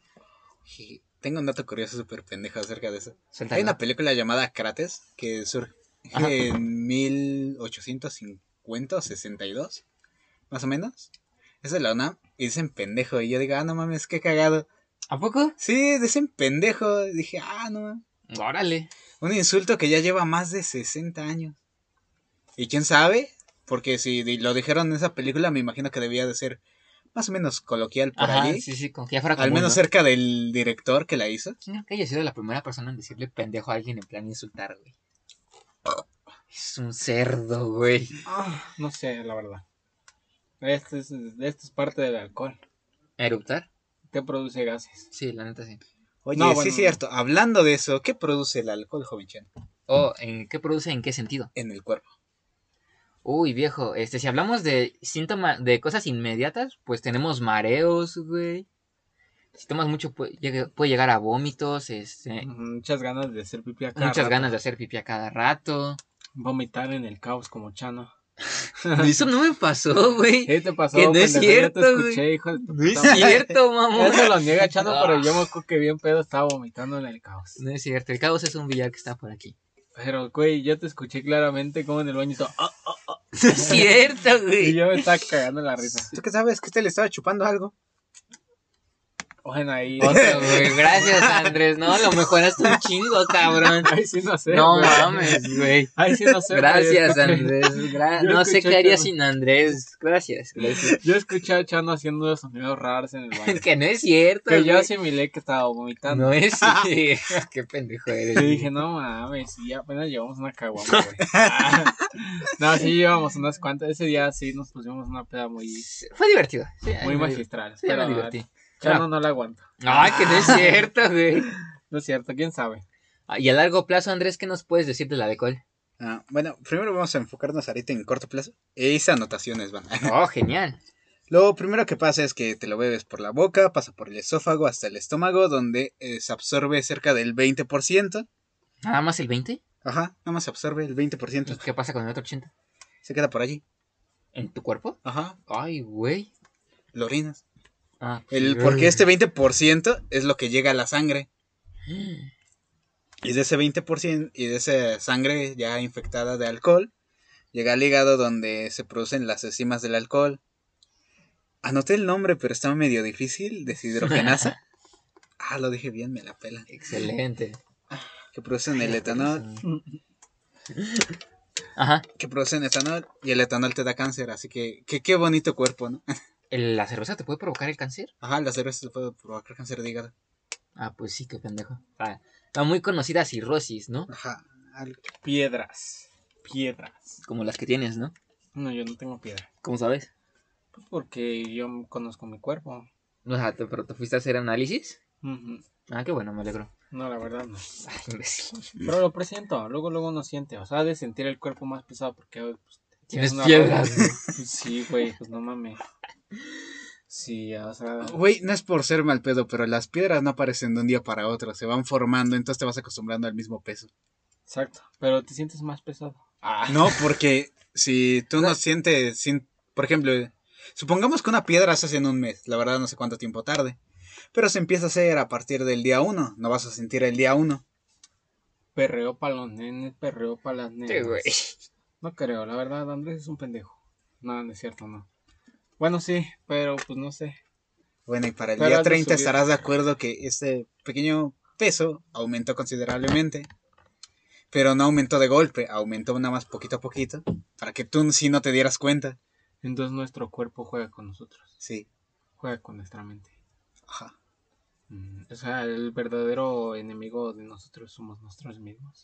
Y tengo un dato curioso súper pendejo acerca de eso. Suéltalo. Hay una película llamada Crates que surge Ajá. en mil ochocientos cincuenta o sesenta y dos, más o menos. Es de la UNAM y dicen pendejo. Y yo digo, ah, no mames, qué cagado. ¿A poco? Sí, dicen pendejo. Dije, ah, no mames. Órale. Un insulto que ya lleva más de sesenta años. ¿Y quién sabe? Porque si di- lo dijeron en esa película, me imagino que debía de ser más o menos coloquial por Ajá, allí. sí, sí, como que ya fuera Al común, menos ¿no? cerca del director que la hizo. ¿Quién creo que haya sido la primera persona en decirle pendejo a alguien en plan insultar, güey? Es un cerdo, güey. Ah, no sé, la verdad. Esto es, esto es parte del alcohol. ¿Eruptar? Te produce gases. Sí, la neta sí. Oye, No, sí bueno. es cierto. Hablando de eso, ¿qué produce el alcohol, joven? ¿O en qué produce? ¿En qué sentido? En el cuerpo. Uy, viejo, este, si hablamos de síntomas, de cosas inmediatas, pues tenemos mareos, güey. Si tomas mucho puede, llegue- puede llegar a vómitos, este, Muchas ganas de hacer pipí a cada muchas rato. ganas de hacer pipí a cada rato. Vomitar en el caos como Chano. Eso no me pasó, güey. ¿Qué te pasó? Que no es pendejo? cierto, Yo te güey. escuché, hijo de tu No es puta madre. cierto, mamón. Eso lo niega Chano, pero yo me acuerdo que bien pedo estaba vomitando en el caos. No es cierto, el caos es un billar que está por aquí. Pero, güey, yo te escuché claramente como en el baño y todo, "Ah", No es cierto, y güey. yo me estaba cagando la risa. ¿Tú qué sabes? ¿Que usted le estaba chupando algo? Bueno, ahí. Otro, güey. Gracias, Andrés. No, lo mejoraste un chingo, cabrón. Ahí sí no sé. No güey. mames, güey. Ahí sí no sé. güey. Gracias, Yo escuché- Andrés. Gra- yo no sé escuché qué haría que- sin Andrés. Gracias. gracias. Yo escuché a Chano haciendo unos sonidos raros en el baño. Que no es cierto. que yo güey. asimilé que estaba vomitando. No es. Sí. Qué pendejo eres. Y güey. dije, no mames, sí, apenas llevamos una caguama, güey. Ah, no, sí llevamos unas cuantas. Ese día sí nos pusimos una peda muy, Fue divertido. Sí, muy me magistral. Sí, me pero divertí. Chano no la aguanta. Ay, que no es cierto, güey. No es cierto, quién sabe. Ah, Y a largo plazo, Andrés, ¿qué nos puedes decir de la alcohol? Ah, bueno, primero vamos a enfocarnos ahorita en corto plazo. E hice anotaciones, van. Oh, genial. Lo primero que pasa es que te lo bebes por la boca, pasa por el esófago hasta el estómago, donde eh, se absorbe cerca del veinte por ciento. ¿Nada más el veinte? Ajá, nada más se absorbe el veinte por ¿Y ciento. qué pasa con el otro ochenta? Se queda por allí. ¿En tu cuerpo? Ajá, Ay, güey. lo orinas. Ah, El, porque este veinte por ciento es lo que llega a la sangre. Y de ese veinte por ciento y de esa sangre ya infectada de alcohol, llega al hígado donde se producen las enzimas del alcohol. Anoté el nombre, pero estaba medio difícil. Deshidrogenasa. Ah, lo dije bien, me la pela. Excelente. Que producen el etanol. Ajá. Que producen etanol. Y el etanol te da cáncer. Así que, que qué bonito cuerpo, ¿no? ¿El- ¿La cerveza te puede provocar el cáncer? Ajá, la cerveza te puede provocar cáncer de hígado. Ah, pues sí, qué pendejo. Ah, la muy conocida cirrosis, ¿no? Ajá. algo. Piedras. Piedras. Como las que tienes, ¿no? No, yo no tengo piedra. ¿Cómo sabes? Pues porque yo conozco mi cuerpo. O sea, ¿te, pero te fuiste a hacer análisis? Ujú. Ah, qué bueno, me alegro. No, la verdad no. Ay, imbécil. Pero lo presiento, luego luego uno siente, o sea, ha de sentir el cuerpo más pesado porque pues, Tienes una piedras. ropa. Pues sí, güey, pues no mames. Sí, o sea, Güey, no es por ser mal pedo, pero las piedras no aparecen de un día para otro. Se van formando, entonces te vas acostumbrando al mismo peso. exacto, pero te sientes más pesado. Ah, No, porque si tú no sientes, sin, por ejemplo, supongamos que una piedra se hace en un mes, la verdad no sé cuánto tiempo tarde, pero se empieza a hacer a partir del día uno, no vas a sentir el día uno. perreo para los nenes, perreo para las nenas. Sí, güey. No creo, la verdad, Andrés es un pendejo. No, no es cierto, no. Bueno, sí, pero pues no sé. Bueno, y para el Pero día has de treinta subir. estarás de acuerdo que este pequeño peso aumentó considerablemente, pero no aumentó de golpe, aumentó nada más poquito a poquito, para que tú sí no te dieras cuenta. Entonces nuestro cuerpo juega con nosotros, Sí, juega con nuestra mente. ajá. Mm, o sea, el verdadero enemigo de nosotros somos nosotros mismos.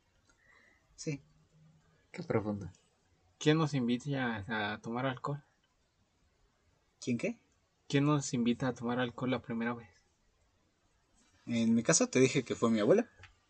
Sí. Qué profundo. ¿Quién nos invita a, a tomar alcohol? ¿Quién qué? ¿Quién nos invita a tomar alcohol la primera vez? En mi caso te dije que fue mi abuela.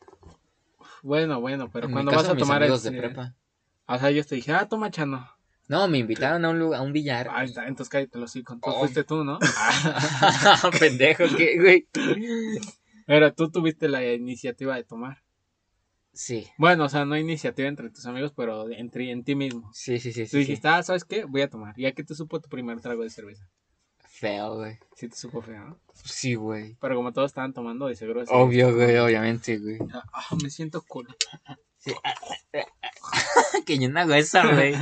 Bueno, bueno, pero En mi cuando caso, vas a mis tomar amigos el- de prepa. O sea, yo te dije, ah, toma Chano. No, me invitaron a un lugar, a un billar. Ahí está, entonces cállate los hocico. Entonces Oh. fuiste tú, ¿no? Ah, Pendejo, ¿qué, güey? pero tú tuviste la iniciativa de tomar. Sí, Bueno, o sea, no iniciativa entre tus amigos, pero entre en ti mismo. sí, sí, sí. Tú sí, dijiste, ah, ¿sabes qué? Voy a tomar. ¿Y a qué te supo tu primer trago de cerveza? sí. Feo, güey. Sí te supo feo, ¿no? Sí, güey. Pero como todos estaban tomando, de seguro... sí. Obvio, güey, obviamente, güey. Ah, me siento cool. Sí. Que yo no hago eso, güey.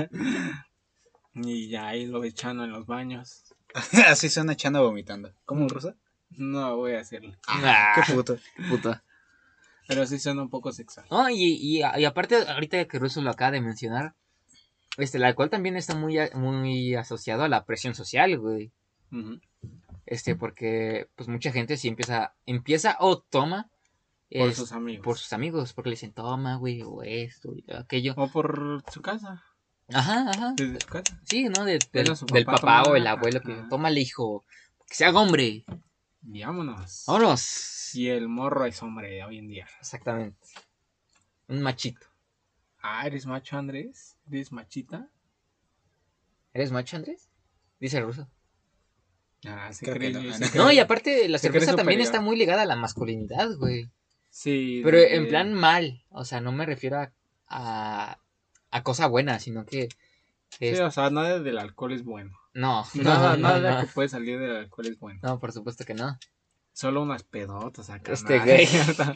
Y ya ahí lo echando en los baños. Así suena echando vomitando. ¿Cómo, Rosa? No voy a decirlo. Ah, Qué puto. puta. Pero sí suena un poco sexual. No, y, y, y aparte, ahorita que Russo lo acaba de mencionar, este, el alcohol también está muy, a- muy asociado a la presión social, güey. Ujú. Este, porque, pues, mucha gente sí empieza, empieza o toma Por es- sus amigos. por sus amigos, porque le dicen, toma, güey, o esto, y aquello. O por su casa. Ajá, ajá. Desde su casa. Sí, ¿no? De- Ven del, a su del papá papá o tomar, el abuelo que, ajá. tómale, hijo, que se haga hombre. Y vámonos. Vámonos. Y el morro es hombre de hoy en día. Exactamente. Un machito. Ah, ¿eres macho, Andrés? ¿Eres machita? ¿Eres macho, Andrés? Dice el ruso. Ah, se Creo cree. que no. se cree- No, y aparte la Se cree cerveza también superior. está muy ligada a la masculinidad, güey. Sí. Pero de- en plan mal. O sea, no me refiero a, a, a cosa buena, sino que... Sí, es- o sea, nada del alcohol es bueno. no, no, Nada, no, nada no. que puede salir del alcohol es bueno. No, por supuesto que no. Solo unas pedotas acá. Este ¿no? güey.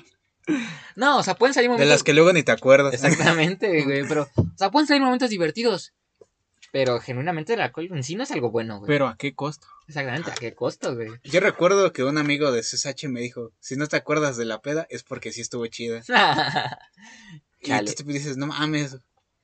No, o sea, pueden salir De momentos... las que luego ni te acuerdas. Exactamente, güey, pero... O sea, pueden salir momentos divertidos. Pero genuinamente el alcohol en sí no es algo bueno, güey. Pero ¿a qué costo? Exactamente, ¿a qué costo, güey? Yo recuerdo que un amigo de C S H me dijo, si no te acuerdas de la peda es porque sí estuvo chida. Y Chale. tú te dices, no mames.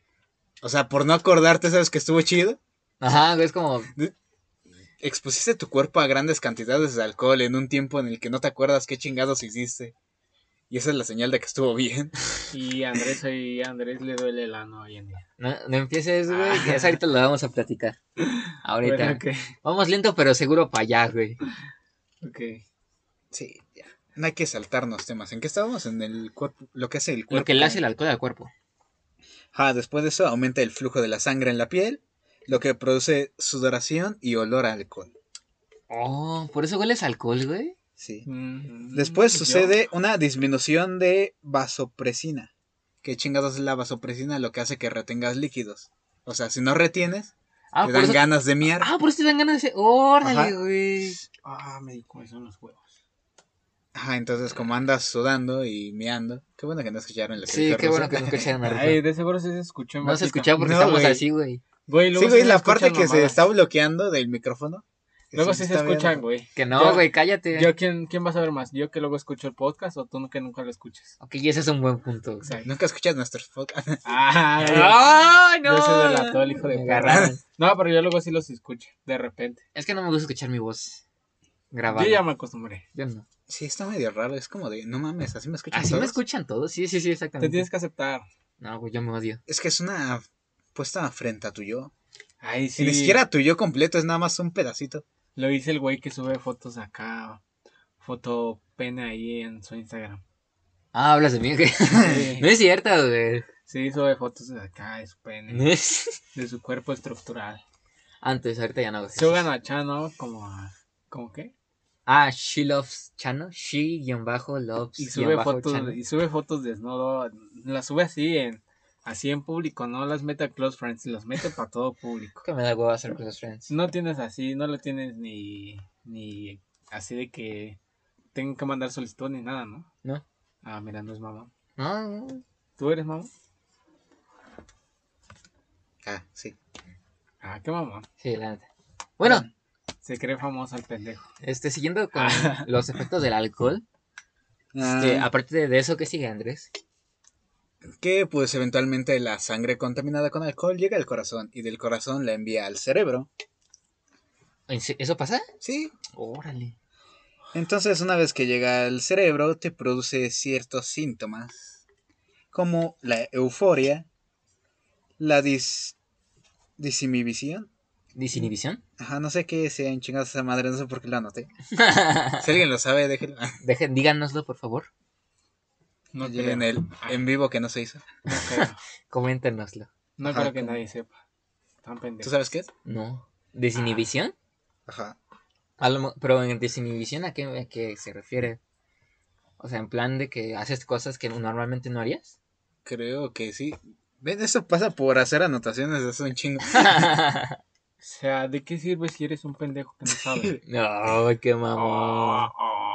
O sea, por no acordarte, ¿sabes que estuvo chido? Ajá, güey, es como... Expusiste tu cuerpo a grandes cantidades de alcohol en un tiempo en el que no te acuerdas qué chingados hiciste. Y esa es la señal de que estuvo bien. Y a Andrés, y a Andrés le duele el ano hoy en día. No, no empieces, güey, que eso ahorita lo vamos a platicar. Ahorita. Bueno, ok, Vamos lento, pero seguro para allá, güey. ok. Sí, ya. No hay que saltarnos temas. ¿En qué estábamos? En el cuerpo, lo que hace el cuerpo. Lo que le hace el alcohol al cuerpo. Ah, después de eso aumenta el flujo de la sangre en la piel, lo que produce sudoración y olor a alcohol. Oh, ¿por eso hueles a alcohol, güey? Sí. Mm, Después yo- sucede una disminución de vasopresina. ¿Qué chingados es la vasopresina? Lo que hace que retengas líquidos. O sea, si no retienes, Ah, te por dan eso... ganas de miar. Ah, por eso te dan ganas de... ¡Órale, Ajá. güey! Ah, me di cómo son los huevos. Ajá, entonces como andas sudando y miando. Qué bueno que no escucharon lo que Sí, dijo qué Rosa. bueno que no escucharon a Ruso. Ay, de seguro sí se escuchó. No se bajito. escuchaba porque No, estamos güey. así, güey. Güey, luego Sí, güey, se la escuchan parte que se mamadas. está bloqueando del micrófono. Luego sí sí se está bien. escuchan, güey. Que no, Yo- güey, cállate. Yo, ¿quién, ¿quién va a saber más? ¿Yo que luego escucho el podcast o tú que nunca lo escuchas? Ok, y ese es un buen punto. Exacto. Nunca escuchas nuestros podcasts. Ah, ¡Ay, no! Yo se delató el hijo de Me perra. agarraron. No, pero yo luego sí los escucho, de repente. Es que no me gusta escuchar mi voz grabada. Yo ya me acostumbré. Yo no. Sí, está medio raro. Es como de, no mames, así me escuchan ¿Así me todos? escuchan todos? Sí, sí, sí, Te exactamente. tienes que aceptar. No, güey, yo me odio. Es que es una puesta frente a tu yo. Ay, sí. Y ni siquiera tu yo completo, es nada más un pedacito. Lo dice el güey que sube fotos acá. Foto pene ahí en su Instagram. Ah, hablas de mí, güey. Sí, No es cierto, güey. sí, sube fotos de acá, de su pene. No es... De su cuerpo estructural. Antes, ahorita ya no. güey. Sugan a Chano como a... ¿Cómo qué? Ah, She Loves Chano. She-Loves Y sube fotos, y sube fotos desnudo. Las sube así en así en público, no las mete a close friends, las mete para todo público. Que me da huevo hacer close friends. No tienes así, no lo tienes ni ni así de que tengo que mandar solicitud ni nada, ¿no? No. Ah, mira, no es mamá. No, no. ¿Tú eres mamá? Ah, sí. Ah, qué mamá. Sí, la neta. Bueno, Se cree famoso el pendejo. este, siguiendo con los efectos del alcohol. Este, Ah, aparte de eso, ¿qué sigue, Andrés? que pues eventualmente la sangre contaminada con alcohol llega al corazón y del corazón la envía al cerebro. ¿En se- ¿Eso pasa? Sí. Órale. Entonces una vez que llega al cerebro te produce ciertos síntomas como la euforia, la dis disinhibición. ¿Disinhibición? Ajá, no sé qué sea en chingados esa madre, no sé por qué lo anoté. Si alguien lo sabe, déjenlo. Dejen, díganoslo, por favor. No Allí creo. en el en vivo que no se hizo. No creo. Coméntenoslo. No Ajá, creo que como- nadie sepa. Tan ¿Tú pendejo. sabes qué es? No. ¿Desinhibición? Ajá. A lo mo- pero en desinhibición, ¿a qué, a qué se refiere? O sea, en plan de que haces cosas que normalmente no harías. Creo que sí. Ven, eso pasa por hacer anotaciones de eso un chingo. O sea, ¿de qué sirve si eres un pendejo que no sabe? No, qué mamón.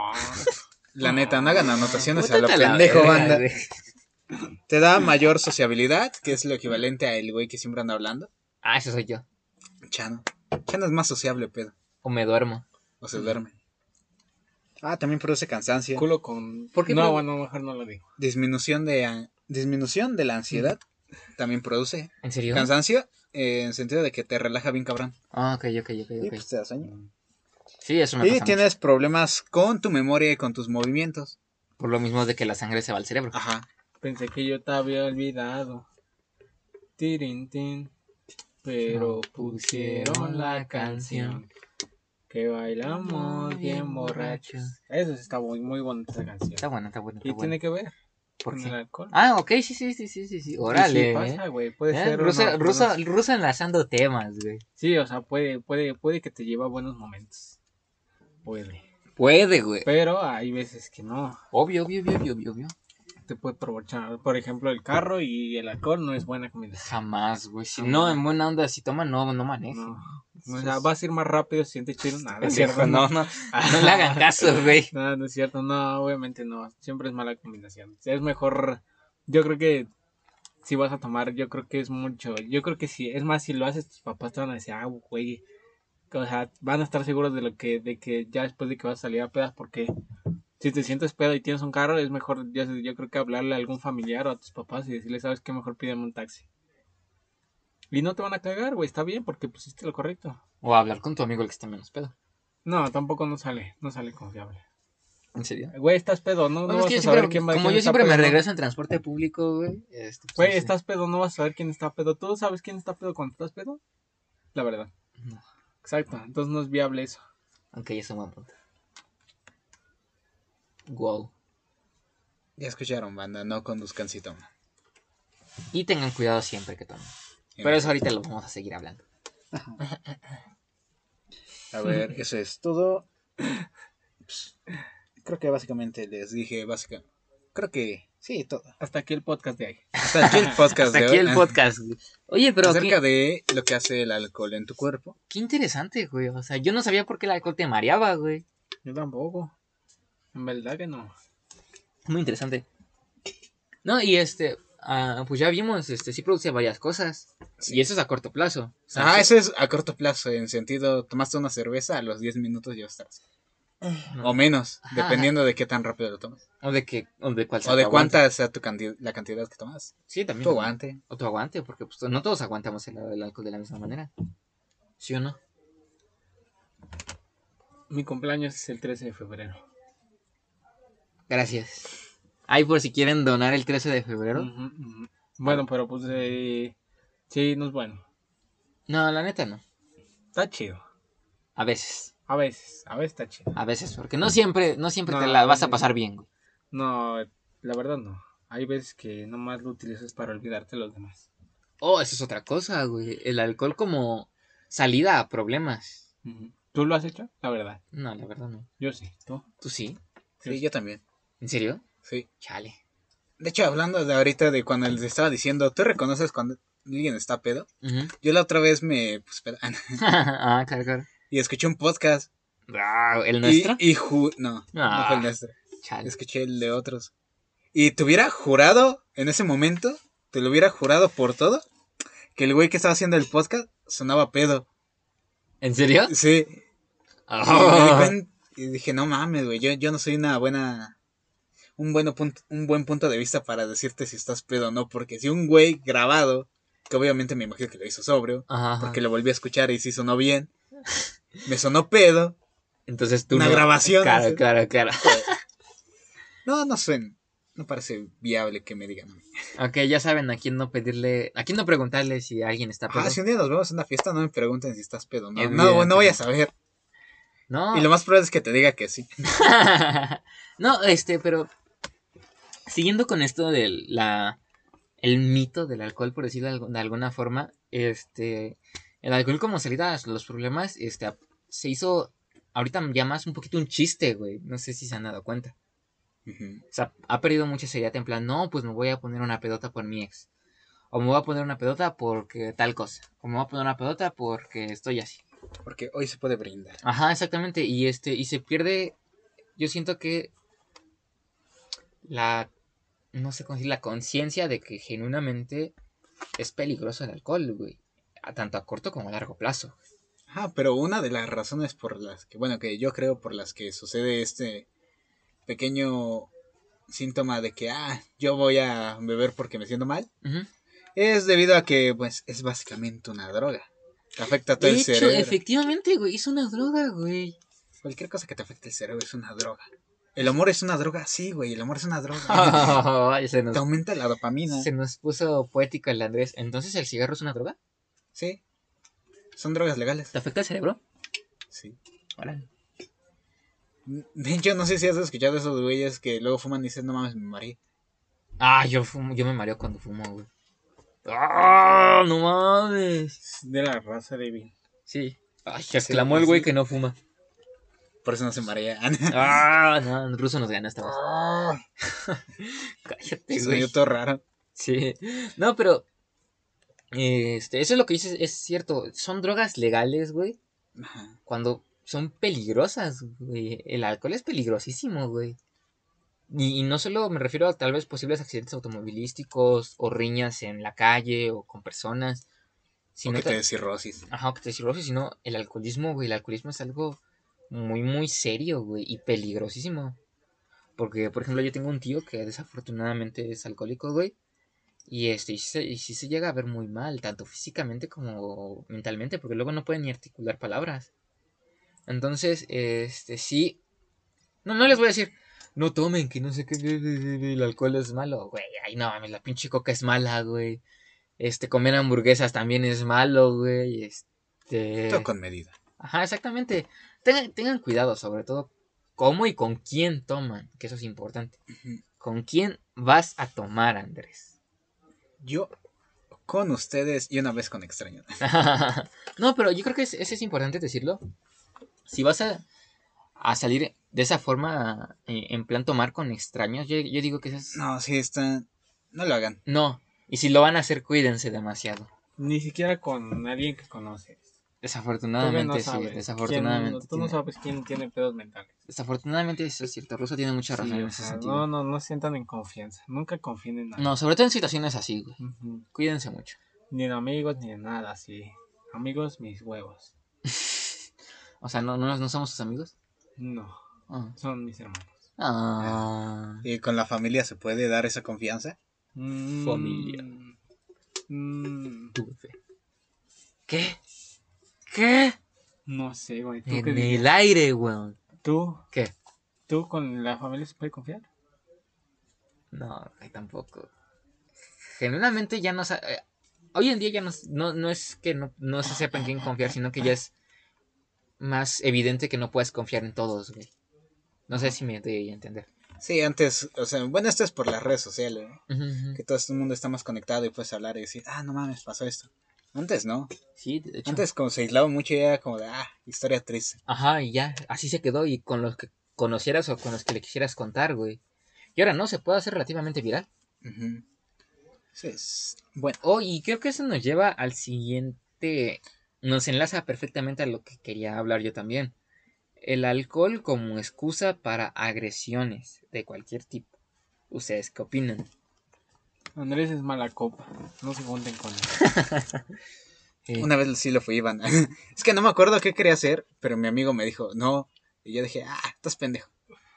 La neta, no hagan anotaciones a Pútate lo a la pendejo, verga, banda. güey. Te da mayor sociabilidad, que es lo equivalente a el güey que siempre anda hablando. Ah, eso soy yo. Chano. Chano es más sociable, pedo. O me duermo. O se duerme. Ah, también produce cansancio. Culo con... ¿Por qué No, pro- bueno, mejor no lo digo. Disminución de a- disminución de la ansiedad. También produce ¿En serio? cansancio, eh, en sentido de que te relaja bien cabrón. Ah, ok, ok, ok, Y ok. pues te da sueño. Sí, eso me Y pasa tienes problemas con tu memoria y con tus movimientos. mucho. Por lo mismo de que la sangre se va al cerebro. Ajá. Pensé que yo te había olvidado. Tirin, tin. Pero No pusieron la canción que bailamos bien borrachos. Eso sí está muy, muy bonita esa canción. Está buena, está buena, está ¿Y buena. tiene que ver ¿Por con qué? el alcohol? Ah, ok, sí, sí, sí, sí, sí, sí. Órale. Sí, sí pasa, güey. Puede ¿Eh? ser. Ruso, uno- ruso, unos- ruso enlazando temas, güey. Sí, o sea, puede, puede, puede que te lleve a buenos momentos. Puede. Puede, güey. Pero hay veces que no. Obvio, obvio, obvio, obvio, obvio. Te puede aprovechar. Por ejemplo, el carro y el alcohol no es buena combinación. Jamás, güey. Si Jamás. no, en buena onda, si toma, no, no maneje. No. O sea, vas a ir más rápido, se siente chido. Nada, no es Pendejo, cierto. no, no, no le hagan caso, güey. No, no es cierto, no, obviamente no, siempre es mala combinación. Es mejor, yo creo que si vas a tomar, yo creo que es mucho. Yo creo que sí. Es más, si lo haces, tus papás te van a decir, ah, güey. O sea, van a estar seguros de lo que, de que ya después de que vas a salir a pedas, porque si te sientes pedo y tienes un carro, es mejor, yo, yo creo que hablarle a algún familiar o a tus papás y decirle, ¿sabes qué? Mejor pídeme un taxi. Y no te van a cagar, güey, está bien porque pusiste lo correcto. O hablar con tu amigo el que está menos pedo. No, tampoco no sale, no sale confiable. ¿En serio? Güey, estás pedo, no, Bueno, no es que vas yo a saber siempre, quién va como quién yo está siempre me pedo, ¿no? regreso en transporte público, güey. Este, pues, Güey, no sé. estás pedo, no vas a saber quién está pedo. ¿Tú sabes quién está pedo cuando estás pedo? La verdad. No. Exacto, entonces no es viable eso. Aunque ya es un buen punto. Wow. Ya escucharon, banda, no conduzcan si toman. Y tengan cuidado siempre que tomen. Pero eso ahorita lo vamos a seguir hablando. A ver, eso es todo. Pues, creo que básicamente les dije, básicamente. Creo que sí, todo. Hasta aquí el podcast de ahí. Hasta aquí el podcast Hasta de aquí hoy. el podcast, güey. Oye, pero Acerca qué, de lo que hace el alcohol en tu cuerpo. qué interesante, güey. O sea, yo no sabía por qué el alcohol te mareaba, güey. Yo tampoco. En verdad que no. Muy interesante. No, y este, ah, pues ya vimos, este, sí produce varias cosas. Sí. Y eso es a corto plazo. O sea, Ah, sí- eso es a corto plazo, en sentido, tomaste una cerveza, a los diez minutos ya estás. no. O menos, Ajá, dependiendo de qué tan rápido lo tomas. O de que, o de cuál sea O de tu aguante. cuánta sea tu cantidad, la cantidad que tomas. Sí, también. Tu aguante. O tu aguante, porque pues, no todos aguantamos el, el alcohol de la misma manera. ¿Sí o no? Mi cumpleaños es el trece de febrero. Gracias. Ahí por si quieren donar el trece de febrero. Ujú, ujú. Bueno, pero pues eh, sí, no es bueno. No, la neta no. Está chido. A veces. A veces, a veces está chido. A veces, porque no siempre, no siempre No, te la a vas a veces- pasar bien, güey. No, la verdad no. Hay veces que nomás lo utilizas para olvidarte de los demás. Oh, eso es otra cosa, güey. El alcohol como salida a problemas. Ujú. ¿Tú lo has hecho? La verdad. No, la verdad no. Yo sí. ¿Tú? ¿Tú sí? Sí, yo también. ¿En serio? Sí. Chale. De hecho, hablando de ahorita de cuando les estaba diciendo, ¿tú reconoces cuando alguien está pedo? Ujú. Yo la otra vez me pues, pedo, Ah, claro, claro. y escuché un podcast. Ah, ¿el Y, nuestro? y ju no, no Ah. fue el nuestro. Chale. Escuché el de otros. Y te hubiera jurado en ese momento, te lo hubiera jurado por todo, que el güey que estaba haciendo el podcast sonaba pedo. ¿En serio? Sí. Ah. Y, me di cuen- y dije, no mames, güey, yo, yo no soy una buena... Un, bueno punto, un buen punto de vista para decirte si estás pedo o no, porque si un güey grabado, que obviamente me imagino que lo hizo sobrio, Ajá, ajá. porque lo volví a escuchar y sí sonó bien, me sonó pedo, Entonces tú una no... grabación, Claro, así. claro, claro. no, no suena, no parece viable que me digan a mí. Ok, ya saben a quién no pedirle... A quién no preguntarle si alguien está pedo. Ah, si un día nos vemos en una fiesta, no me pregunten si estás pedo, no, no, Evidentemente. no voy a saber, No. y lo más probable es que te diga que sí. No, este, pero... Siguiendo con esto del la, el mito del alcohol, por decirlo de algu- de alguna forma, este, el alcohol como salida a los problemas, este, a- se hizo ahorita ya más un poquito un chiste, güey, no sé si se han dado cuenta. Ujú. O sea, ha perdido mucha seriedad en plan, no, pues me voy a poner una pedota por mi ex. O me voy a poner una pedota porque tal cosa. O me voy a poner una pedota porque estoy así. Porque hoy se puede brindar. Ajá, exactamente. Y este, y se pierde, yo siento que la, no sé cómo decir, la conciencia de que genuinamente es peligroso el alcohol, güey. A tanto a corto como a largo plazo. Ah, pero una de las razones por las que, bueno, que yo creo por las que sucede este pequeño síntoma de que, ah, yo voy a beber porque me siento mal, Ujú. es debido a que, pues, es básicamente una droga. Te afecta todo De el hecho, cerebro. efectivamente, güey, es una droga, güey. Cualquier cosa que te afecte el cerebro es una droga. El amor es una droga, sí, güey, el amor es una droga. Ay, se, nos, Te aumenta la dopamina. se nos puso poético el Andrés. Entonces, ¿el cigarro es una droga? Sí. Son drogas legales. ¿Te afecta el cerebro? Sí. Órale. De hecho, no sé si has escuchado esos güeyes que luego fuman y dicen, no mames, me mareé. Ah, yo fumo, yo me mareo cuando fumo, güey. ¡Ah! ¡No mames! De la raza de Vin. Sí. Ay, exclamó el güey que no fuma. Por eso no se marea. Ah, no, el ruso nos gana esta vez. Cállate, Se güey. oyó todo raro. Sí. No, pero este, eso es lo que dices, es cierto. Son drogas legales, güey. Ajá. Cuando son peligrosas, güey. El alcohol es peligrosísimo, güey. Y, y no solo me refiero a tal vez posibles accidentes automovilísticos o riñas en la calle o con personas, O sino que te ta- dé cirrosis. ajá, o que te dé cirrosis, sino el alcoholismo, güey. El alcoholismo es algo muy, muy serio, güey, y peligrosísimo. Porque, por ejemplo, yo tengo un tío que desafortunadamente es alcohólico, güey. Y este, y sí, se- y sí se llega a ver muy mal, tanto físicamente como mentalmente, porque luego no puede ni articular palabras. Entonces, este, sí. No, no les voy a decir, no tomen, que no sé qué, el alcohol es malo, güey. Ay, no mames, la pinche coca es mala, güey. Este, comer hamburguesas también es malo, güey. Todo Este. con medida. Ajá, exactamente. Tengan, tengan cuidado, sobre todo, cómo y con quién toman, que eso es importante. Ujú. ¿Con quién vas a tomar, Andrés? Yo con ustedes y una vez con extraños. No, pero yo creo que es- eso es importante decirlo. Si vas a, a salir de esa forma, eh, en plan tomar con extraños, yo, yo digo que eso es... No, sí, están. No lo hagan. No. Y si lo van a hacer, cuídense demasiado. Ni siquiera con alguien que conoces. Porque no Desafortunadamente, sí. sabes. Desafortunadamente Quién, tú no tiene... sabes quién tiene pedos mentales. Desafortunadamente eso es cierto. Russo tiene mucha razón Sí, en o ese sea, sentido. no, no, no sientan en confianza. Nunca confíen en nadie. No, sobre todo en situaciones así, güey. Ujú. Cuídense mucho. Ni en amigos, ni en nada, sí. Amigos, mis huevos. O sea, ¿no, no, no somos sus amigos? No, Ah. son mis hermanos. Ah. ¿Y con la familia se puede dar esa confianza? Mm, Familia. mm, Tuve fe. ¿Qué? ¿Qué? no sé, güey. ¿Tú qué En el dirías? aire, weón. ¿Tú, ¿Qué? ¿Tú con la familia se puede confiar? No, güey, tampoco. Genuinamente ya no sa- eh, hoy en día ya no, no, no es que no, no se sepa en quién confiar, sino que ya es más evidente que no puedes confiar en todos, güey. No sé Ajá. si me doy a entender. Sí, antes, o sea, bueno, esto es por las redes sociales, ¿no? Ujú, ujú. Que todo este mundo está más conectado y puedes hablar y decir, ah, no mames, pasó esto. Antes no. Sí, de hecho. Antes como se aislaba mucho y era como de, ah, historia triste. Ajá, y ya, así se quedó. Y con los que conocieras o con los que le quisieras contar, güey. Y ahora no, se puede hacer relativamente viral. Ujú. Sí, es- bueno, Oh, y creo que eso nos lleva al siguiente. Nos enlaza perfectamente a lo que quería hablar yo también. El alcohol como excusa para agresiones de cualquier tipo. ¿Ustedes qué opinan? Andrés es mala copa. No se junten con él. Eh, una vez sí lo fui, Iván. Es que no me acuerdo qué quería hacer, pero mi amigo me dijo, no. Y yo dije, ah, estás pendejo.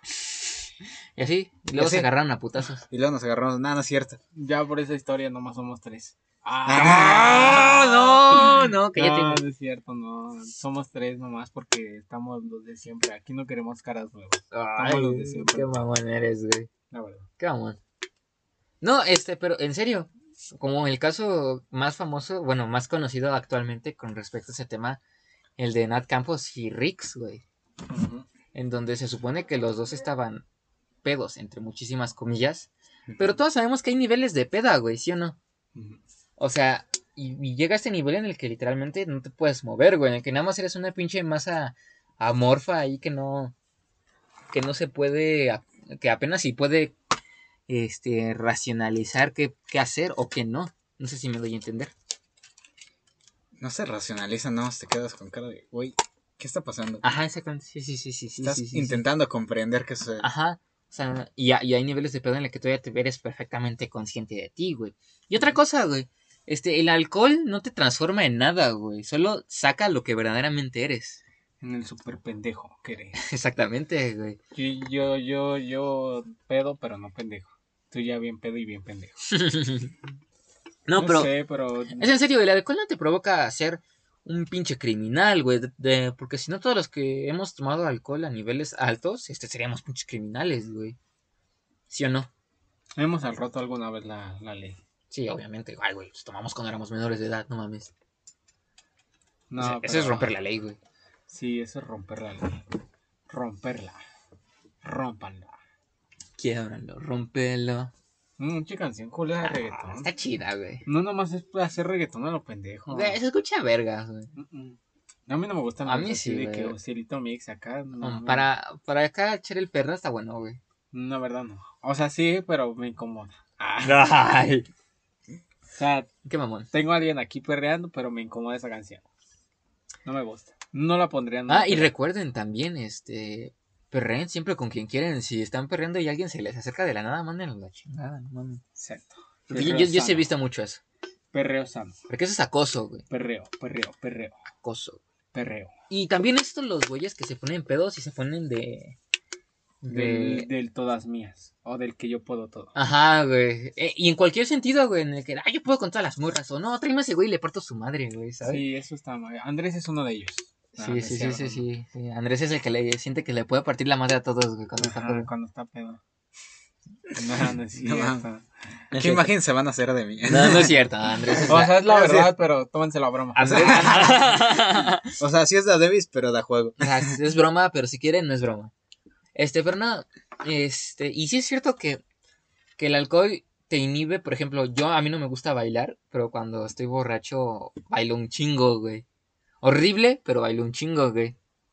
y así, y luego Ya se sé. agarraron a putazos. Y luego nos agarramos, nada, no es cierto. Ya por esa historia nomás somos tres. ¡Ah! No, no, que ya No, tengo. no es cierto, no. Somos tres nomás porque estamos los de siempre. Aquí no queremos caras nuevas. Estamos los de Ay, siempre. qué mamón eres, güey. La verdad. Qué mamón. No, este, pero en serio, como el caso más famoso, bueno, más conocido actualmente con respecto a ese tema, el de Nat Campos y Rix, güey, Ujú. en donde se supone que los dos estaban pedos, entre muchísimas comillas, pero todos sabemos que hay niveles de peda, güey, ¿sí o no? Ujú. O sea, y, y llega a este nivel en el que literalmente no te puedes mover, güey, en el que nada más eres una pinche masa amorfa ahí que no, que no se puede, a- que apenas si puede, este, racionalizar qué, qué hacer o qué no. No sé si me doy a entender. No se racionaliza, no, te quedas con cara de, güey, ¿qué está pasando? Ajá, exactamente, sí, sí, sí, sí, sí, Estás sí, sí, sí. intentando comprender qué sucede. Ajá, o sea, y, ha- y hay niveles de pedo en el que todavía te eres perfectamente consciente de ti, güey. Y otra cosa, güey, este, el alcohol no te transforma en nada, güey, solo saca lo que verdaderamente eres. En el super pendejo que eres. Exactamente, güey. Yo, yo, yo, yo pedo, pero no pendejo. Tú ya bien pedo y bien pendejo. No, No pero sé, pero es en serio, el alcohol no te provoca ser un pinche criminal, güey, de- de- porque si no todos los que hemos tomado alcohol a niveles altos, este, seríamos pinches criminales, güey. ¿Sí o no? hemos al roto alguna vez la, la ley. Sí, obviamente. Ay, güey, pues tomamos cuando éramos menores de edad, no mames. No, Ese- pero Eso es romper la ley, güey. sí, eso es romper la ley. Romperla. Rómpanla. Quiebralo, rompelo. Mm, qué canción cool es de Ah, reggaetón. está chida, güey. No nomás es para hacer reggaetón a lo pendejo. Güey, se escucha vergas, güey. Mm, mm. A mí no me gustan A los mí así sí, de que güey. Osielito Mix acá. No, Um, para, para acá echar el perro está bueno, güey. no, verdad no. O sea, sí, pero me incomoda. Ah. Ay. O sea, Qué mamón. tengo a alguien aquí perreando, pero me incomoda esa canción. No me gusta. No la pondría en una Ah, y peda. recuerden también, este... Perren siempre con quien quieren. Si están perreando y alguien se les acerca de la nada, mándenlo a la chingada, no mames. Exacto. Porque yo, Perreo yo, yo sí he sano. visto mucho eso. Perreo sano. Porque eso es acoso, güey. Perreo, perreo, perreo, Acoso. perreo. Y también estos los güeyes que se ponen pedos y se ponen de... de... Del, del todas mías. O del que yo puedo todo. Ajá, güey. Eh, y en cualquier sentido, güey, en el que, ah, yo puedo con todas las morras. O no, tráeme a ese güey y le parto a su madre, güey, ¿sabes? Sí, eso está mal. Andrés es uno de ellos. No, Sí, no es sí, sí, cierto, sí, ¿no? sí, sí. Andrés es el que le siente que le puede partir la madre a todos, güey, cuando está Ajá, pedo. cuando está pedo. No, no es No, cierto. No es ¿Qué cierto. imagen se van a hacer de mí? No, no es cierto, Andrés es O la... sea, es la Ah, sí. verdad, pero tómense la broma. Andrés... O sea, sí es de Davis, pero da juego. O sea, es broma, pero si quieren, no es broma. Este, pero no, este, y sí es cierto que, que el alcohol te inhibe, por ejemplo, yo, a mí no me gusta bailar, pero cuando estoy borracho, bailo un chingo, güey. Horrible, pero bailo un chingo, güey.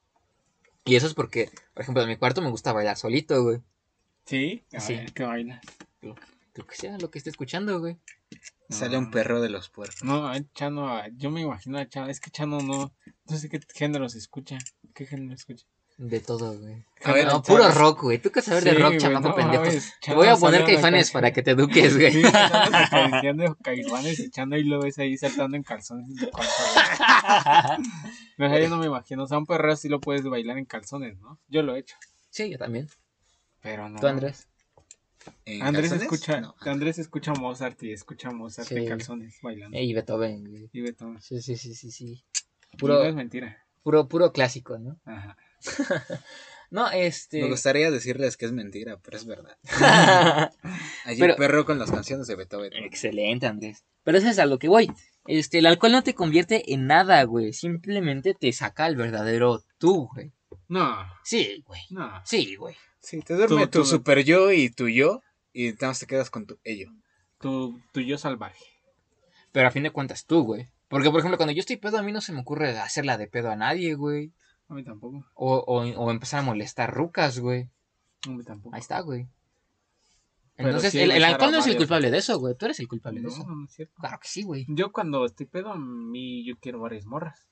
Y eso es porque, por ejemplo, en mi cuarto me gusta bailar solito, güey. ¿Sí? A Sí. ver, ¿qué baila? Lo que sea, lo que esté escuchando, güey. Sale un perro de los puercos. No, a Chano, a- yo me imagino a Chano. Es que Chano no. No sé qué género se escucha. ¿Qué género escucha? De todo, güey. A ver, No, puro ¿sabes? rock, güey. Tú qué saber de Sí, rock, güey, chamaco no pendejo. mames, Te Chano voy a sale poner una Caifanes canción. para que te eduques, güey. Sí, Chano se canción de Caifanes y Chano y lo ves ahí saltando en calzones en tu cuarto, güey. O sea, yo no me imagino. O sea, un perreo sí lo puedes bailar en calzones, ¿no? Yo lo he hecho. Sí, yo también. Pero no. ¿Tú, Andrés? ¿En Andrés calzones? escucha, No. Andrés escucha Mozart y escucha Mozart Sí. en calzones bailando. Y Beethoven, güey. Y Beethoven. Sí, sí, sí, sí, sí. Y no es Puro, mentira. puro, puro clásico, ¿no? Ajá. No, Me este... gustaría decirles que es mentira, pero es verdad. Allí Pero- perro con las canciones de Beethoven. Excelente, Andrés. Pero eso es a lo que voy. Este, el alcohol no te convierte en nada, güey. Simplemente te saca el verdadero tú, güey. No, Sí, güey. no. Sí, güey. Sí, te duerme Tú- tu tú- super yo y tu yo, y nada más te quedas con tu ello. Tu, tu yo salvaje. Pero a fin de cuentas tú, güey. Porque, por ejemplo, cuando yo estoy pedo, a mí no se me ocurre hacerla de pedo a nadie, güey. A mí tampoco. O, o, o empezar a molestar rucas, güey. A mí tampoco. Ahí está, güey. Pero Entonces, sí el, el besar a alcohol no es el varias culpable de eso, güey. Tú eres el culpable de No, eso. no es cierto. Claro que sí, güey. Yo cuando estoy pedo, a mí yo quiero varias morras.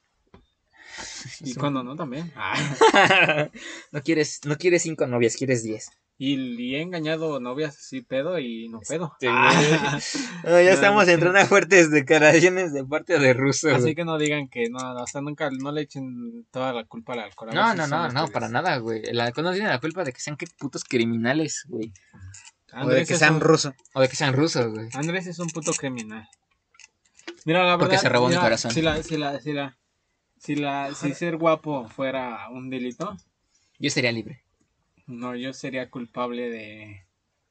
Y cuando no, también. Ah. no quieres, no quieres cinco novias, quieres diez. Y, y he engañado novias así pedo y no pedo. Este, Ah. No, ya No, estamos no, entrando a fuertes declaraciones de parte de ruso. Así güey. que no digan que no, no, o sea, nunca, no le echen toda la culpa al alcohol. A No, veces no, son no, no, ustedes. para nada, güey. El alcohol no tiene la culpa de que sean que putos criminales, güey. O de Andrés que es sean un- ruso. O de que sean rusos, güey. Andrés es un puto criminal. Mira, la verdad. Porque se robó mi mira, corazón. Si la, si la, si la, si la, si ser guapo fuera un delito, Yo sería libre. no, yo sería culpable de,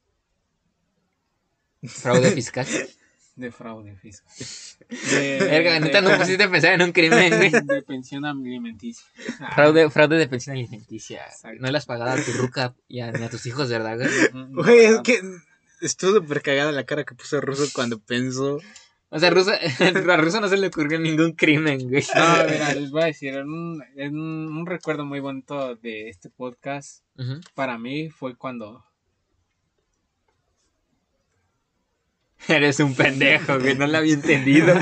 Fraude fiscal. de fraude fiscal. De, Verga, neta, no pusiste a pensar en un crimen, güey. de pensión alimenticia. Ah, Fraude, fraude de pensión alimenticia. Exacto. No le has pagado a tu ruca y a, ni a tus hijos, ¿verdad, güey? no, Güey, es ¿verdad? que estuvo súper cagada la cara que puso ruso cuando pensó. O sea, ruso, a ruso no se le ocurrió ningún crimen, güey. No, mira, les voy a decir, en un, en un recuerdo muy bonito de este podcast, Ujú. para mí fue cuando... Eres un pendejo, güey. No lo había entendido.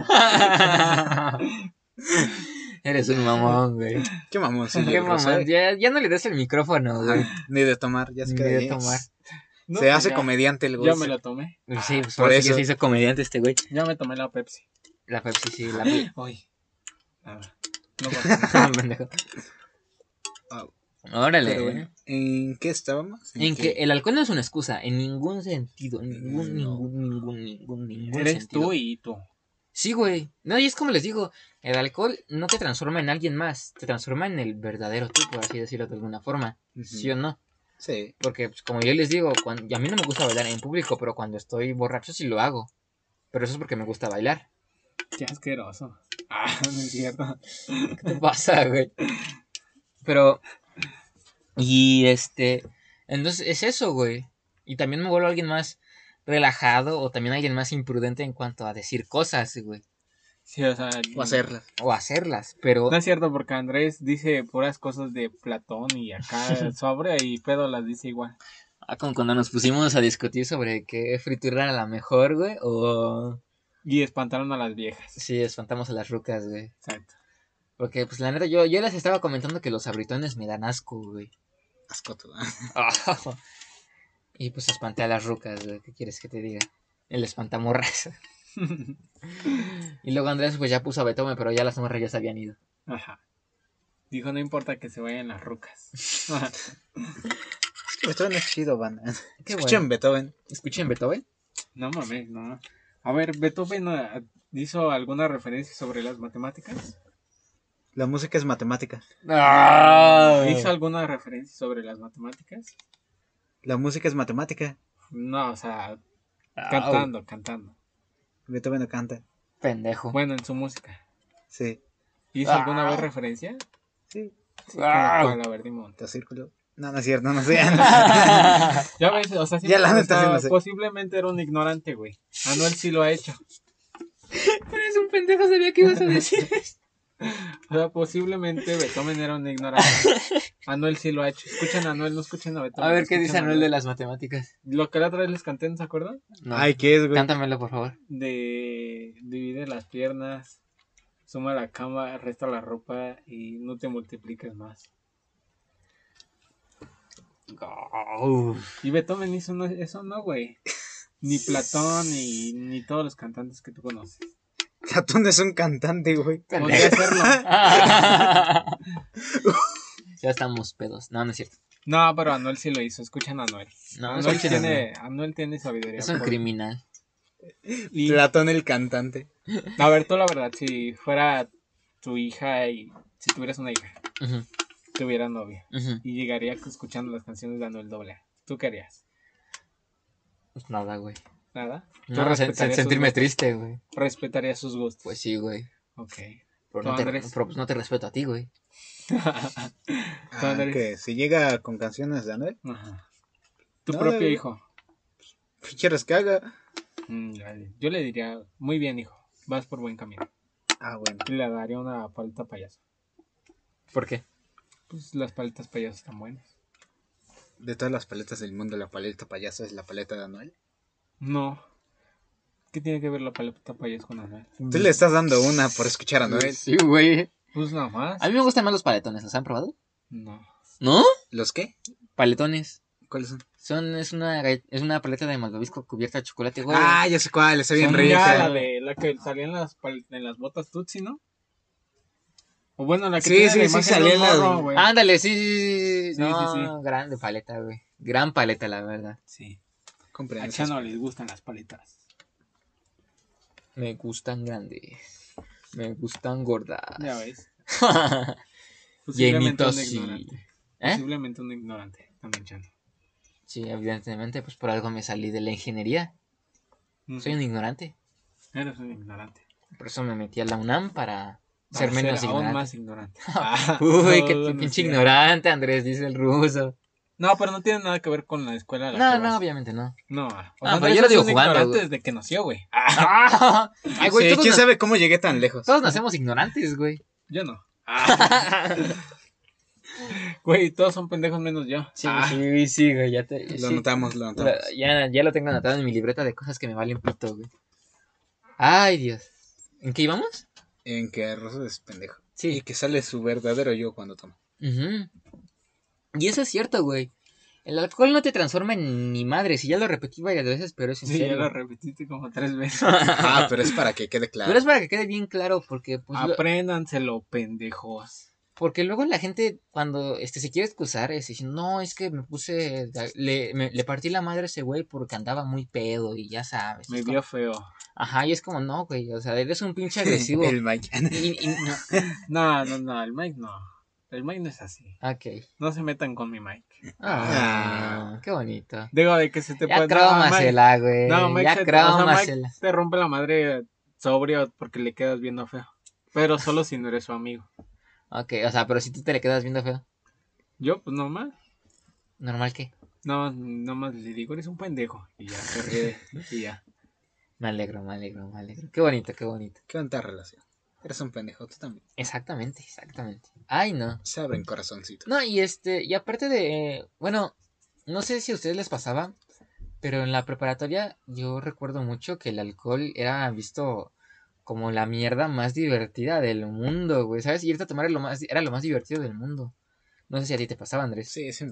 Eres un mamón, güey. Qué mamón, sí, Qué el ruso, mamón. eh. Ya, ya no le des el micrófono, güey. Ajá, Ni de tomar, ya se Ni queda de ahí. tomar. No, Se pues hace ya- comediante el Ya güey. me lo tomé, Sí, pues Por por eso eso. se hizo comediante este güey. ya me tomé la Pepsi. La Pepsi, sí, la Pepsi. Uy, nada, no pasa nada. Pendejo. Ah, Órale. pero bueno, ¿en qué estábamos? En qué? que el alcohol no es una excusa, en ningún sentido, en ningún, No. ningún, ningún, ningún, ningún Eres sentido. tú y tú. Sí, güey. No, y es como les digo, el alcohol no te transforma en alguien más, te transforma en el verdadero tú, por así decirlo de alguna forma. Ujú. ¿Sí o no? Sí. Porque, pues, como yo les digo, cuando, y a mí no me gusta bailar en público, pero cuando estoy borracho sí lo hago. Pero eso es porque me gusta bailar. Qué asqueroso. Ah, no es cierto. ¿Qué te pasa, güey? Pero, y este, entonces es eso, güey. Y también me vuelvo alguien más relajado o también alguien más imprudente en cuanto a decir cosas, güey. Sí, o sea, O hacerla. O hacerlas, pero... no es cierto porque Andrés dice puras cosas de Platón y acá sobre y pedo las dice igual. Ah, como cuando nos pusimos a discutir sobre qué fritura era la mejor, güey, o... Y espantaron a las viejas. Sí, espantamos a las rucas, güey. Exacto. Porque, pues, la neta, yo, yo les estaba comentando que los abritones me dan asco, güey. Mascoto. Oh. Y pues espanté a las rucas, güey. ¿Qué quieres que te diga? El espantamorras. Y luego Andrés pues ya puso a Beethoven, pero ya las morras ya se habían ido. Ajá. Dijo, no importa que se vayan las rucas. Es que Beethoven es chido, banda. Qué Escuchen bueno. Beethoven. ¿Escuchen Beethoven? No mames, no. A ver, Beethoven ah, hizo alguna referencia sobre las matemáticas. La música es matemática. Ah. ¿Hizo alguna referencia sobre las matemáticas? La música es matemática. No, o sea, Au. cantando, cantando. Beethoven no canta. Pendejo. Bueno, en su música. Sí. ¿Hizo Ah. alguna vez referencia? Sí. Sí, ¿cómo Au. cuál? A ver, dime un. Círculo. No, no es cierto, no, no sé. Ya ves, o sea, sí, Ya, la o neta, sea, sí no sé. posiblemente era un ignorante, güey. Anuel sí lo ha hecho. Eres un pendejo, sabía que ibas a decir eso. O sea, posiblemente Beethoven era un ignorante. Anuel sí lo ha hecho. Escuchen a Anuel, no escuchen a Beethoven. A ver qué dice escuchen a Anuel de las matemáticas. Lo que la otra vez les canté, ¿no se acuerdan? No. Ay, ¿qué es, güey? Cántamelo, por favor. De divide las piernas, suma la cama, resta la ropa y no te multipliques más. Oh. Y Beethoven hizo no- eso, no, güey. Ni Platón ni, ni todos los cantantes que tú conoces. Platón es un cantante, güey. Podría hacerlo. Ya estamos pedos. No, no es cierto. No, pero Anuel sí lo hizo. Escuchan a Anuel. No, Anuel, escuchen a tiene, Anuel tiene sabiduría. Es un por- criminal. Y, Platón el cantante. a ver, tú la verdad, si fuera tu hija y si tuvieras una hija, Ujú, tuviera novia ujú. y llegaría escuchando las canciones de Anuel doble A, ¿tú qué harías? Pues nada, güey. ¿Nada? ¿Tú No, se- se- respetarías sus sentirme gustos? triste, güey. Respetarías sus gustos. Pues sí, güey. Ok. Pero ¿Tú, no, te, Andrés? pero pues no te respeto a ti, güey. ¿Tú, Ah, Andrés? que si llega con canciones de Anuel, Ajá. Tu No, propio de- hijo. ¿qué quieres que haga? Mm, vale. Yo le diría, muy bien, hijo, vas por buen camino. Ah, bueno. Y le daría una paleta payaso. ¿Por qué? Pues las paletas payaso están buenas. De todas las paletas del mundo, la paleta payaso es la paleta de Anuel. No. ¿Qué tiene que ver la paleta payaso con Anuel? Tú le estás dando una por escuchar a Anuel. Sí, güey. Pues nada más. A mí me gustan más los paletones. ¿Los han probado? No. ¿No? ¿Los qué? Paletones. ¿Cuáles son? Son, es una galle- es una paleta de malvavisco cubierta de chocolate, güey. Ah, ya sé cuál, está bien Son Ya, rica. la de la que salía en las, pal- en las botas Tutsi, ¿no? O bueno, la que Sí, tiene sí, la sí, imagen salía de en un las- morro, güey. Ándale, sí, sí, sí, sí. Sí, No, sí, sí. grande paleta, güey. Gran paleta, la verdad. Sí. Compren A esas. Chano les gustan las paletas. Me gustan grandes. Me gustan gordas. Ya ves. Posiblemente Llenitos un y... ignorante. ¿Eh? Posiblemente un ignorante. También Chano. Sí, evidentemente, pues por algo me salí de la ingeniería. Soy un ignorante. Eres un ignorante. Por eso me metí a la UNAM para ser Para menos ser aún ignorante. más ignorante. Ah, Uy, qué no, no pinche es cierto. ignorante, Andrés, dice el ruso. No, pero no tiene nada que ver con la escuela a la No, que no, vas. obviamente no. No, o Ah, sea, pero yo Andrés lo es digo un jugando, ignorante güey. desde que nació, güey. Ay, güey, Sí, todos, ¿quién na- sabe cómo llegué tan lejos? todos nacemos ignorantes, güey. Yo no. Güey, todos son pendejos menos yo. Sí, Ah, sí, sí, güey, ya te... Lo sí. notamos, lo notamos. La- ya, ya lo tengo anotado en mi libreta de cosas que me valen pito, güey. Ay, Dios. ¿En qué íbamos? En que Rosa es pendejo. Y Sí. que sale su verdadero yo cuando toma. Ujú. Y eso es cierto, güey. El alcohol no te transforma en ni madre. Si ya lo repetí varias veces, pero es en sí, ya serio. lo repetiste como tres veces. Ah, pero es para que quede claro. Pero es para que quede bien claro, porque pues lo- Apréndanselo, pendejos. porque luego la gente cuando este se quiere excusar es diciendo, no, es que me puse, le, me- le partí la madre a ese güey porque andaba muy pedo y ya sabes. Me Es vio como- feo. Ajá, y es como, no, güey, o sea, eres un pinche agresivo. El Mike. Y- y no- No, no, no, el Mike no. El Mike no es así. Ok. No se metan con mi Mike. Ah, qué bonito. Digo, de que se te Ya puede... crómasela, güey. No, Mike, Ya se te, o sea, Mike crómasela. te rompe la madre sobrio porque le quedas viendo feo. Pero solo si no eres su amigo. Ok, o sea, pero si tú te le quedas viendo feo, Yo, pues normal. ¿normal qué? No, nomás le digo, eres un pendejo. Y ya, se ríe. Y ya. Me alegro, me alegro, me alegro. Qué bonito, qué bonito. Qué bonita relación. Eres un pendejo, tú también. Exactamente, exactamente. Ay, no. Se abren corazoncitos. No, y este, y aparte de, bueno, no sé si a ustedes les pasaba, pero en la preparatoria yo recuerdo mucho que el alcohol era visto como la mierda más divertida del mundo, güey, ¿sabes? Y irte a tomar era lo más, era lo más divertido del mundo. No sé si a ti te pasaba, Andrés. Sí, sí.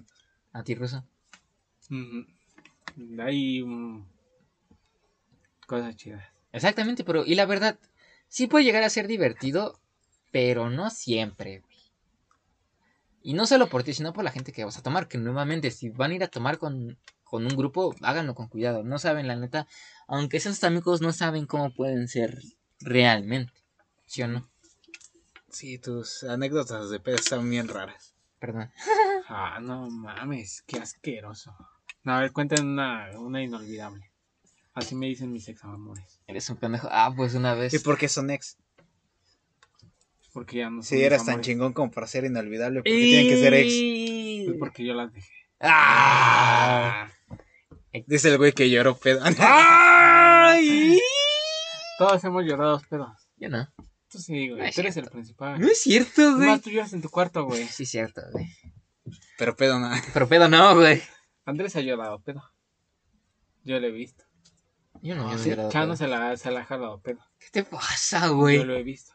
¿A ti, Ruso? Ujú. Hay mm, cosas chidas. Exactamente, pero y la verdad, sí puede llegar a ser divertido, pero no siempre, güey. Y no solo por ti, sino por la gente que vas a tomar, que nuevamente, si van a ir a tomar con, con un grupo, háganlo con cuidado. No saben, la neta, aunque sean sus amigos, no saben cómo pueden ser realmente. ¿Sí o no? Sí, tus anécdotas de pedo están bien raras. Perdón. Ah, no mames, qué asqueroso. No, a ver, cuenten una, una inolvidable. Así me dicen mis examores. Eres un pendejo. Ah, pues una ¿Y vez. por qué son ex? Porque ya no son Si mis eras tan amores. chingón como para ser inolvidable, ¿por qué tienen que ser ex? Pues porque yo las dejé. ¡Ah! Dice el güey que lloró pedo. ¡Ay! Todos hemos llorado pedos. Yo no. Tú sí, No güey. es Tú eres el cierto. principal. No es cierto, Es güey. más, tú lloras en tu cuarto, güey. Sí, es cierto, güey. Pero pedo nada. Pero pedo no, güey. Andrés ha llorado pedo. Yo lo he visto. Yo no, yo no he ¿sí? llorado Chano pedo. se la, se la ha jalado pedo. ¿Qué te pasa, Yo güey? lo he visto.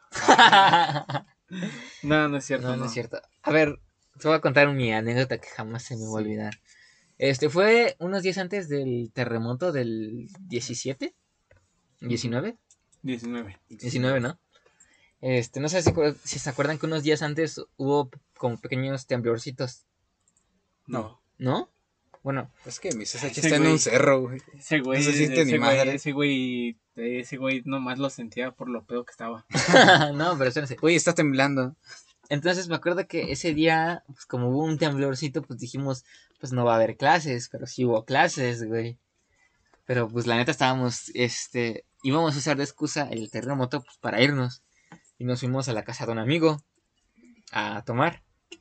No, no es cierto. No, No, no es cierto. A ver, te voy a contar mi anécdota que jamás se me va a olvidar. Este fue unos días antes del terremoto del diecisiete, diecinueve, diecinueve. diecinueve, ¿no? Este, no sé si, cu- si se acuerdan que unos días antes hubo como pequeños temblorcitos, No. ¿no? Bueno, Es que mi C S H Ese está en güey. un cerro, güey. Ese güey, No se siente ese ni güey, madre. ese güey, ese güey nomás lo sentía por lo pedo que estaba. no, pero espérense. Güey, está temblando. Entonces me acuerdo que ese día, pues como hubo un temblorcito, pues dijimos, pues no va a haber clases, pero sí hubo clases, güey. Pero pues la neta estábamos, este, íbamos a usar de excusa el terremoto pues, para irnos. Y nos fuimos a la casa de un amigo a tomar.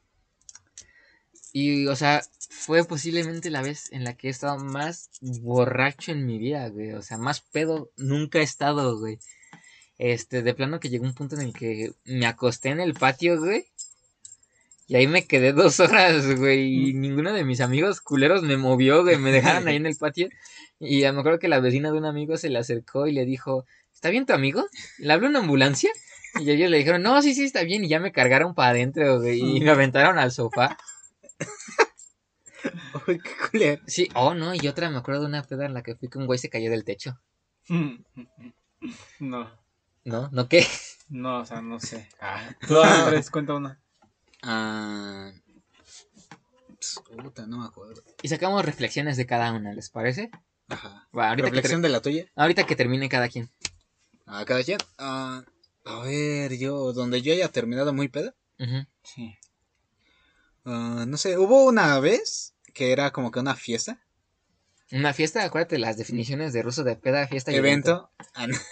Y, o sea, fue posiblemente la vez en la que he estado más borracho en mi vida, güey. O sea, más pedo nunca he estado, güey. Este, de plano que llegó un punto en el que me acosté en el patio, güey. Y ahí me quedé dos horas, güey. Y ninguno de mis amigos culeros me movió, güey. Me dejaron ahí en el patio. Y ya me acuerdo que la vecina de un amigo se le acercó y le dijo, ¿está bien tu amigo? ¿Le habló una ambulancia? Y ellos le dijeron, no, sí, sí, está bien. Y ya me cargaron para adentro, güey. Y me aventaron al sofá. Uy, qué culero. Sí, oh, no. Y otra, me acuerdo de una peda en la que fui que un güey se cayó del techo. No, ¿No? ¿No qué? no, o sea, no sé. Ah, tú, Andrés, cuenta una. Ah. Pss, Puta, no me acuerdo. Y sacamos reflexiones de cada una, ¿les parece? Ajá. Va, ahorita, que ¿Reflexión ter- de la tuya? ahorita que termine cada quien. A cada quien. Ah, a ver, yo, donde yo haya terminado muy pedo. Ujú. Sí. Ah, no sé, hubo una vez que era como que una fiesta. Una fiesta, acuérdate las definiciones de ruso de peda, fiesta y Evento. Ah, no.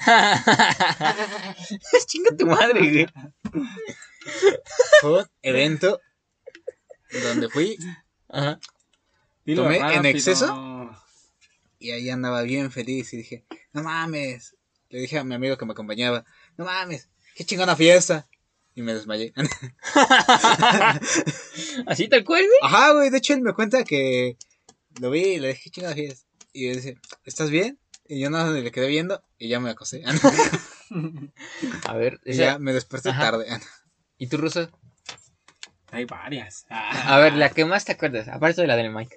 Chinga tu madre, güey. Fue un evento donde fui Ajá. Dilo ¿Tomé en rápido. exceso? y ahí andaba bien feliz y dije, no mames. Le dije a mi amigo que me acompañaba, no mames, qué chingona fiesta. Y me desmayé. Así tal cual, güey. Ajá, güey, de hecho él me cuenta que lo vi y le dije, qué chingona fiesta. Y él dice, ¿estás bien? Y yo no le quedé viendo y ya me acosté. A ver, Y esa- ya me desperté Ajá. tarde. ¿y tú, ruso? Hay varias. A ver, la que más te acuerdas, aparte de la del Mike.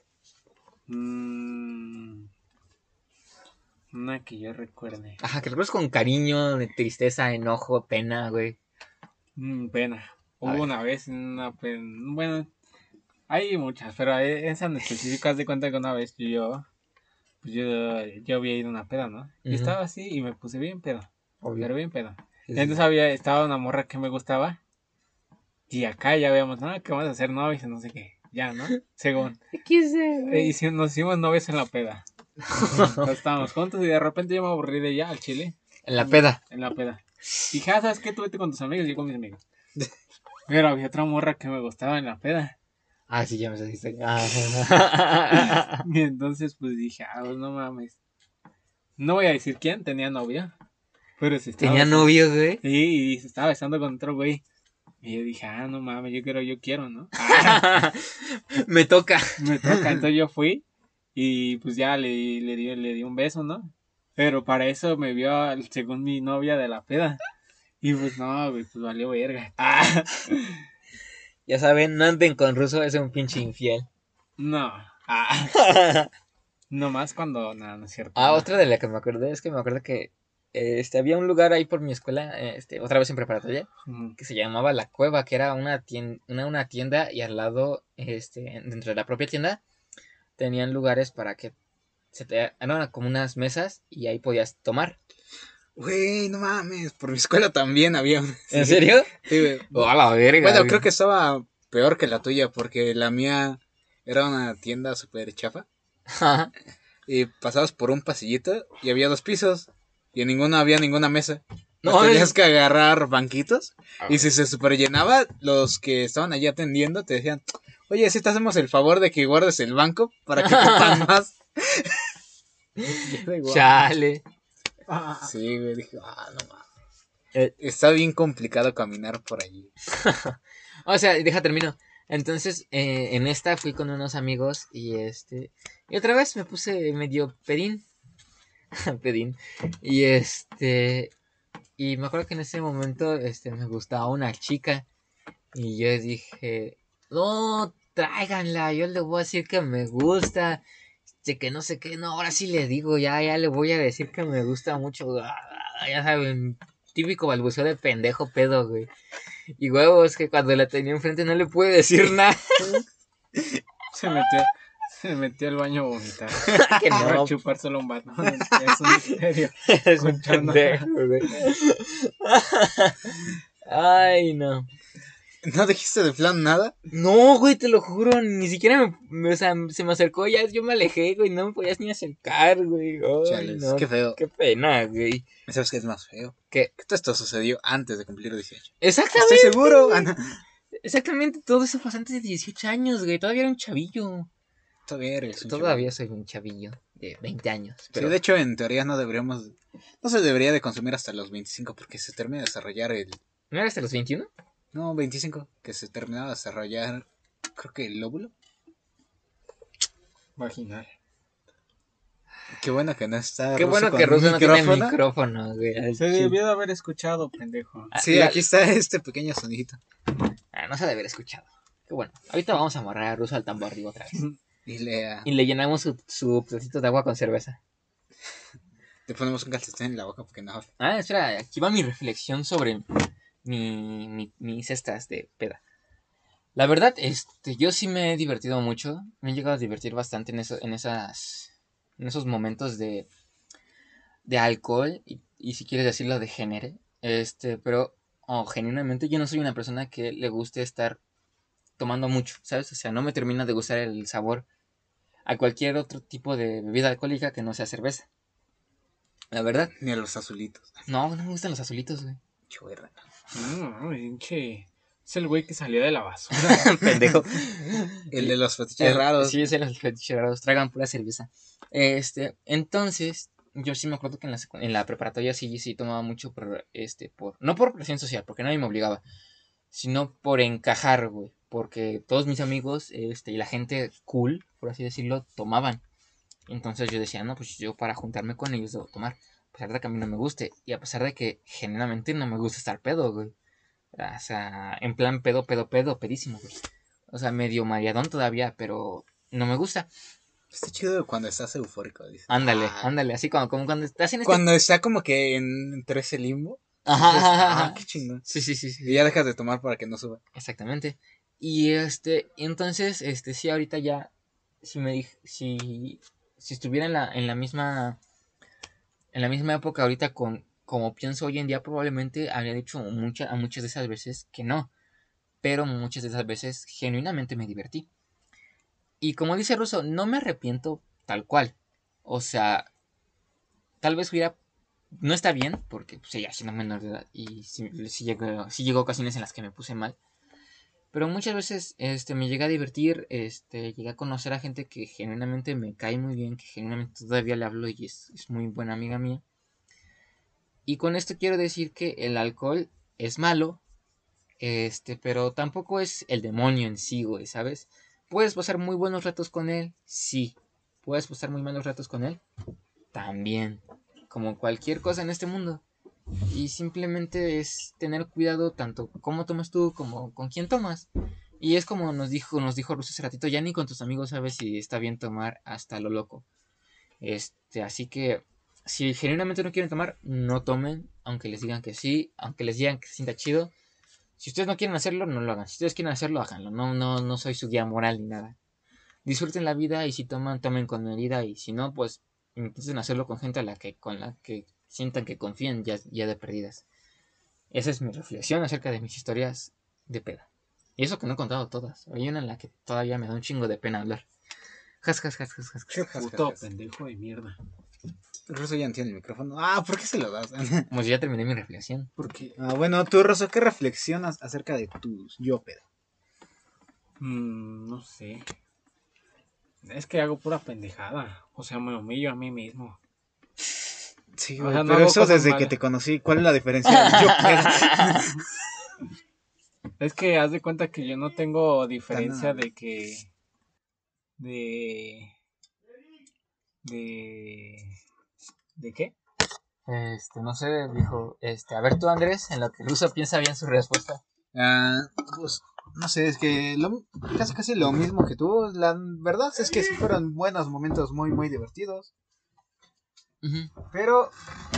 Mm, una que yo recuerde. Ajá, que recuerdas con cariño, de tristeza, enojo, pena, güey. Mm, pena. A Hubo ver. una vez una pena. Bueno, hay muchas, pero esa en específico, haz de cuenta que una vez yo. Pues yo, yo había ido a una peda, ¿no? Y Ujú. estaba así y me puse bien pedo. Obvio. Pero bien pedo. Sí, sí. Entonces había, estaba una morra que me gustaba. Y acá ya habíamos, no, que vamos a hacer novios, no sé qué. Ya, ¿no? Según. ¿Qué sé, Eh, güey? y si- nos hicimos novios en la peda. Entonces estábamos juntos y de repente yo me aburrí de ella al chile. En la peda. En la peda. Dije, ah, ¿sabes qué? Tú vete con tus amigos y yo con mis amigos. Pero había otra morra que me gustaba en la peda. Ah, sí, ya me dijiste. Ah. Y entonces pues dije, ah, pues, no mames. No voy a decir quién, tenía novia. Pero se estaba Tenía besando. novio, güey. Sí, y se estaba besando con otro güey. Y yo dije, ah, no mames, yo quiero, yo quiero, ¿no? Ah, Me toca. me toca, entonces yo fui. Y pues ya le, di- le, di, le di un beso, ¿no? Pero para eso me vio, al- según mi novia, de la peda. Y pues no, güey, pues valió verga. Ah, Ya saben, no anden con ruso, es un pinche infiel. No. Ah, nomás cuando. No, no es cierto. Ah, no. otra de la que me acordé es que me acuerdo que este, había un lugar ahí por mi escuela, este, otra vez en preparatoria, Ujú. que se llamaba La Cueva, que era una tienda, una, una tienda y al lado, este, dentro de la propia tienda, tenían lugares para que se te eran como unas mesas y ahí podías tomar. Güey, no mames, por mi escuela también había una. ¿En Sí, serio? sí, güey. Oh, a la verga. Bueno, güey. creo que estaba peor que la tuya porque la mía era una tienda súper chafa Ajá. y pasabas por un pasillito y había dos pisos y en ninguno había ninguna mesa. No, Pues tenías es- que agarrar banquitos Ah, y si se super llenaba, los que estaban allí atendiendo te decían, oye, si te hacemos el favor de que guardes el banco para que quepan más. Yo de, "Guau". Chale. Ah, Sí, güey, dije, ah, no mames. Eh, Está bien complicado caminar por allí. o sea, deja termino. Entonces, eh, en esta fui con unos amigos y este. Y otra vez me puse medio pedín. pedín. Y este. Y me acuerdo que en ese momento este, me gustaba una chica. Y yo dije, no, tráiganla. Yo le voy a decir que me gusta. De que no sé qué. No, ahora sí le digo, ya, ya le voy a decir que me gusta mucho. Ah, ya saben, típico balbuceo de pendejo pedo, güey. Y huevos, que cuando la tenía enfrente no le pude decir nada. se metió. Se metió al baño a vomitar. Que Para no, chupar solo un vato. Es un misterio. es un Escuchando. pendejo, güey. Ay, no. ¿No dijiste de plan nada? No, güey, te lo juro, ni siquiera me, me- o sea, se me acercó, ya yo me alejé, güey, no me podías ni acercar, güey. Ay, Chales, no, qué feo. qué pena, güey. ¿Sabes qué es más feo? ¿Qué? Que todo esto sucedió antes de cumplir dieciocho. Exactamente, ¿Estoy seguro? Ah, no. exactamente, todo eso fue antes de dieciocho años, güey, todavía era un chavillo. Todavía eres un Todavía chavillo. soy un chavillo de veinte años, Sí, pero... de hecho, en teoría no deberíamos. No se debería de consumir hasta los veinticinco porque se termina de desarrollar el. ¿No era hasta los veintiuno? No, veinticinco, que se terminaba de desarrollar. Creo que el lóbulo. Vaginal. Qué bueno que no está. Qué Ruso bueno con que Ruso no tiene micrófono. micrófono, güey. al Se chile. debió de haber escuchado, pendejo. Ah, Sí, la- aquí está este pequeño sonidito. Ah, no se debe haber escuchado. Qué bueno. Ahorita vamos a amarrar a Ruso al tambor arriba otra vez. Y le, Y le llenamos su, su platito de agua con cerveza. le ponemos un calcetín en la boca porque no. Ah, espera, aquí va mi reflexión sobre mi, mi- mis cestas de peda. La verdad, este, yo sí me he divertido mucho. Me he llegado a divertir bastante en, eso, en, esas, en esos momentos de, de alcohol. Y, y si quieres decirlo, de género. Este, pero oh, genuinamente yo no soy una persona que le guste estar tomando mucho, ¿sabes? O sea, no me termina de gustar el sabor a cualquier otro tipo de bebida alcohólica que no sea cerveza. La verdad, Ni a los azulitos. no, no me gustan los azulitos, güey. Churra. No, pinche. Es el güey que salió de la basura. Pendejo. El de los fetiches Eh, raros. Sí, es el fetiches raros, tragan pura cerveza. Este, entonces, yo sí me acuerdo que en la, secu- en la preparatoria sí, sí tomaba mucho por, este, por, no por presión social, porque nadie me obligaba, sino por encajar, güey. Porque todos mis amigos, este, y la gente cool, por así decirlo, tomaban. Entonces yo decía, no, pues yo para juntarme con ellos debo tomar. A pesar de que a mí no me guste. Y a pesar de que genuinamente no me gusta estar pedo, güey. O sea, en plan pedo, pedo, pedo, pedísimo, güey. O sea, medio mareadón todavía, pero no me gusta. Está chido cuando estás eufórico. Dices, Ándale, "Ah". ándale, así como, como cuando estás en este... Cuando está como que en, entre ese limbo. Ajá, dices, ajá, ah, ajá. qué chingón. Sí, sí, sí, Y sí. ya dejas de tomar para que no suba. Exactamente. Y este, entonces, este, sí, ahorita ya, si me dij- si, si estuviera en la, en la misma, en la misma época ahorita con, como pienso hoy en día, probablemente habría dicho mucha, a muchas de esas veces que no. Pero muchas de esas veces genuinamente me divertí. Y como dice Russo, no me arrepiento tal cual. O sea, tal vez hubiera... No está bien, porque pues, seguía siendo menor de edad y sí, sí, llegó, sí llegó ocasiones en las que me puse mal. Pero muchas veces este, me llegué a divertir, este, llegué a conocer a gente que genuinamente me cae muy bien, que genuinamente todavía le hablo y es, es muy buena amiga mía. Y con esto quiero decir que el alcohol es malo, este, pero tampoco es el demonio en sí, güey, ¿sabes? ¿Puedes pasar muy buenos ratos con él? Sí. ¿Puedes pasar muy malos ratos con él? También. Como cualquier cosa en este mundo. Y simplemente es tener cuidado tanto cómo tomas tú como con quién tomas. Y es como nos dijo, nos dijo Russo hace ratito, ya ni con tus amigos sabes si está bien tomar hasta lo loco. Este, así que si genuinamente no quieren tomar, no tomen, aunque les digan que sí, aunque les digan que se sienta chido. Si ustedes no quieren hacerlo, no lo hagan. Si ustedes quieren hacerlo, háganlo. No, no, no soy su guía moral ni nada. Disfruten la vida y si toman, tomen con medida y si no, pues intenten hacerlo con gente a la que, con la que sientan que confíen ya, ya de perdidas. Esa es mi reflexión acerca de mis historias de peda. Y eso que no he contado todas. Hay una en la que todavía me da un chingo de pena hablar. Jas, jas, jas, jas, jas. Qué puto pendejo de mierda. Rosso ya no tiene el micrófono. Ah, ¿por qué se lo das? Pues ya terminé mi reflexión. Porque, Ah, bueno, tú, Rosso, ¿qué reflexionas acerca de tus yo pedo? mmm, no sé. Es que hago pura pendejada. O sea, me humillo a mí mismo. Sí, O güey, sea, no pero hago eso cosas desde que malas. te conocí, ¿cuál es la diferencia del yo pedo? Es que haz de cuenta que yo no tengo diferencia Tan- de que. De. De. ¿De qué? Este, no sé, dijo, este, a ver tú Andrés, en lo que Russo piensa bien su respuesta. Ah, pues, no sé, es que lo, casi casi lo mismo que tú. La verdad es que sí fueron buenos momentos muy, muy divertidos. Uh-huh. Pero,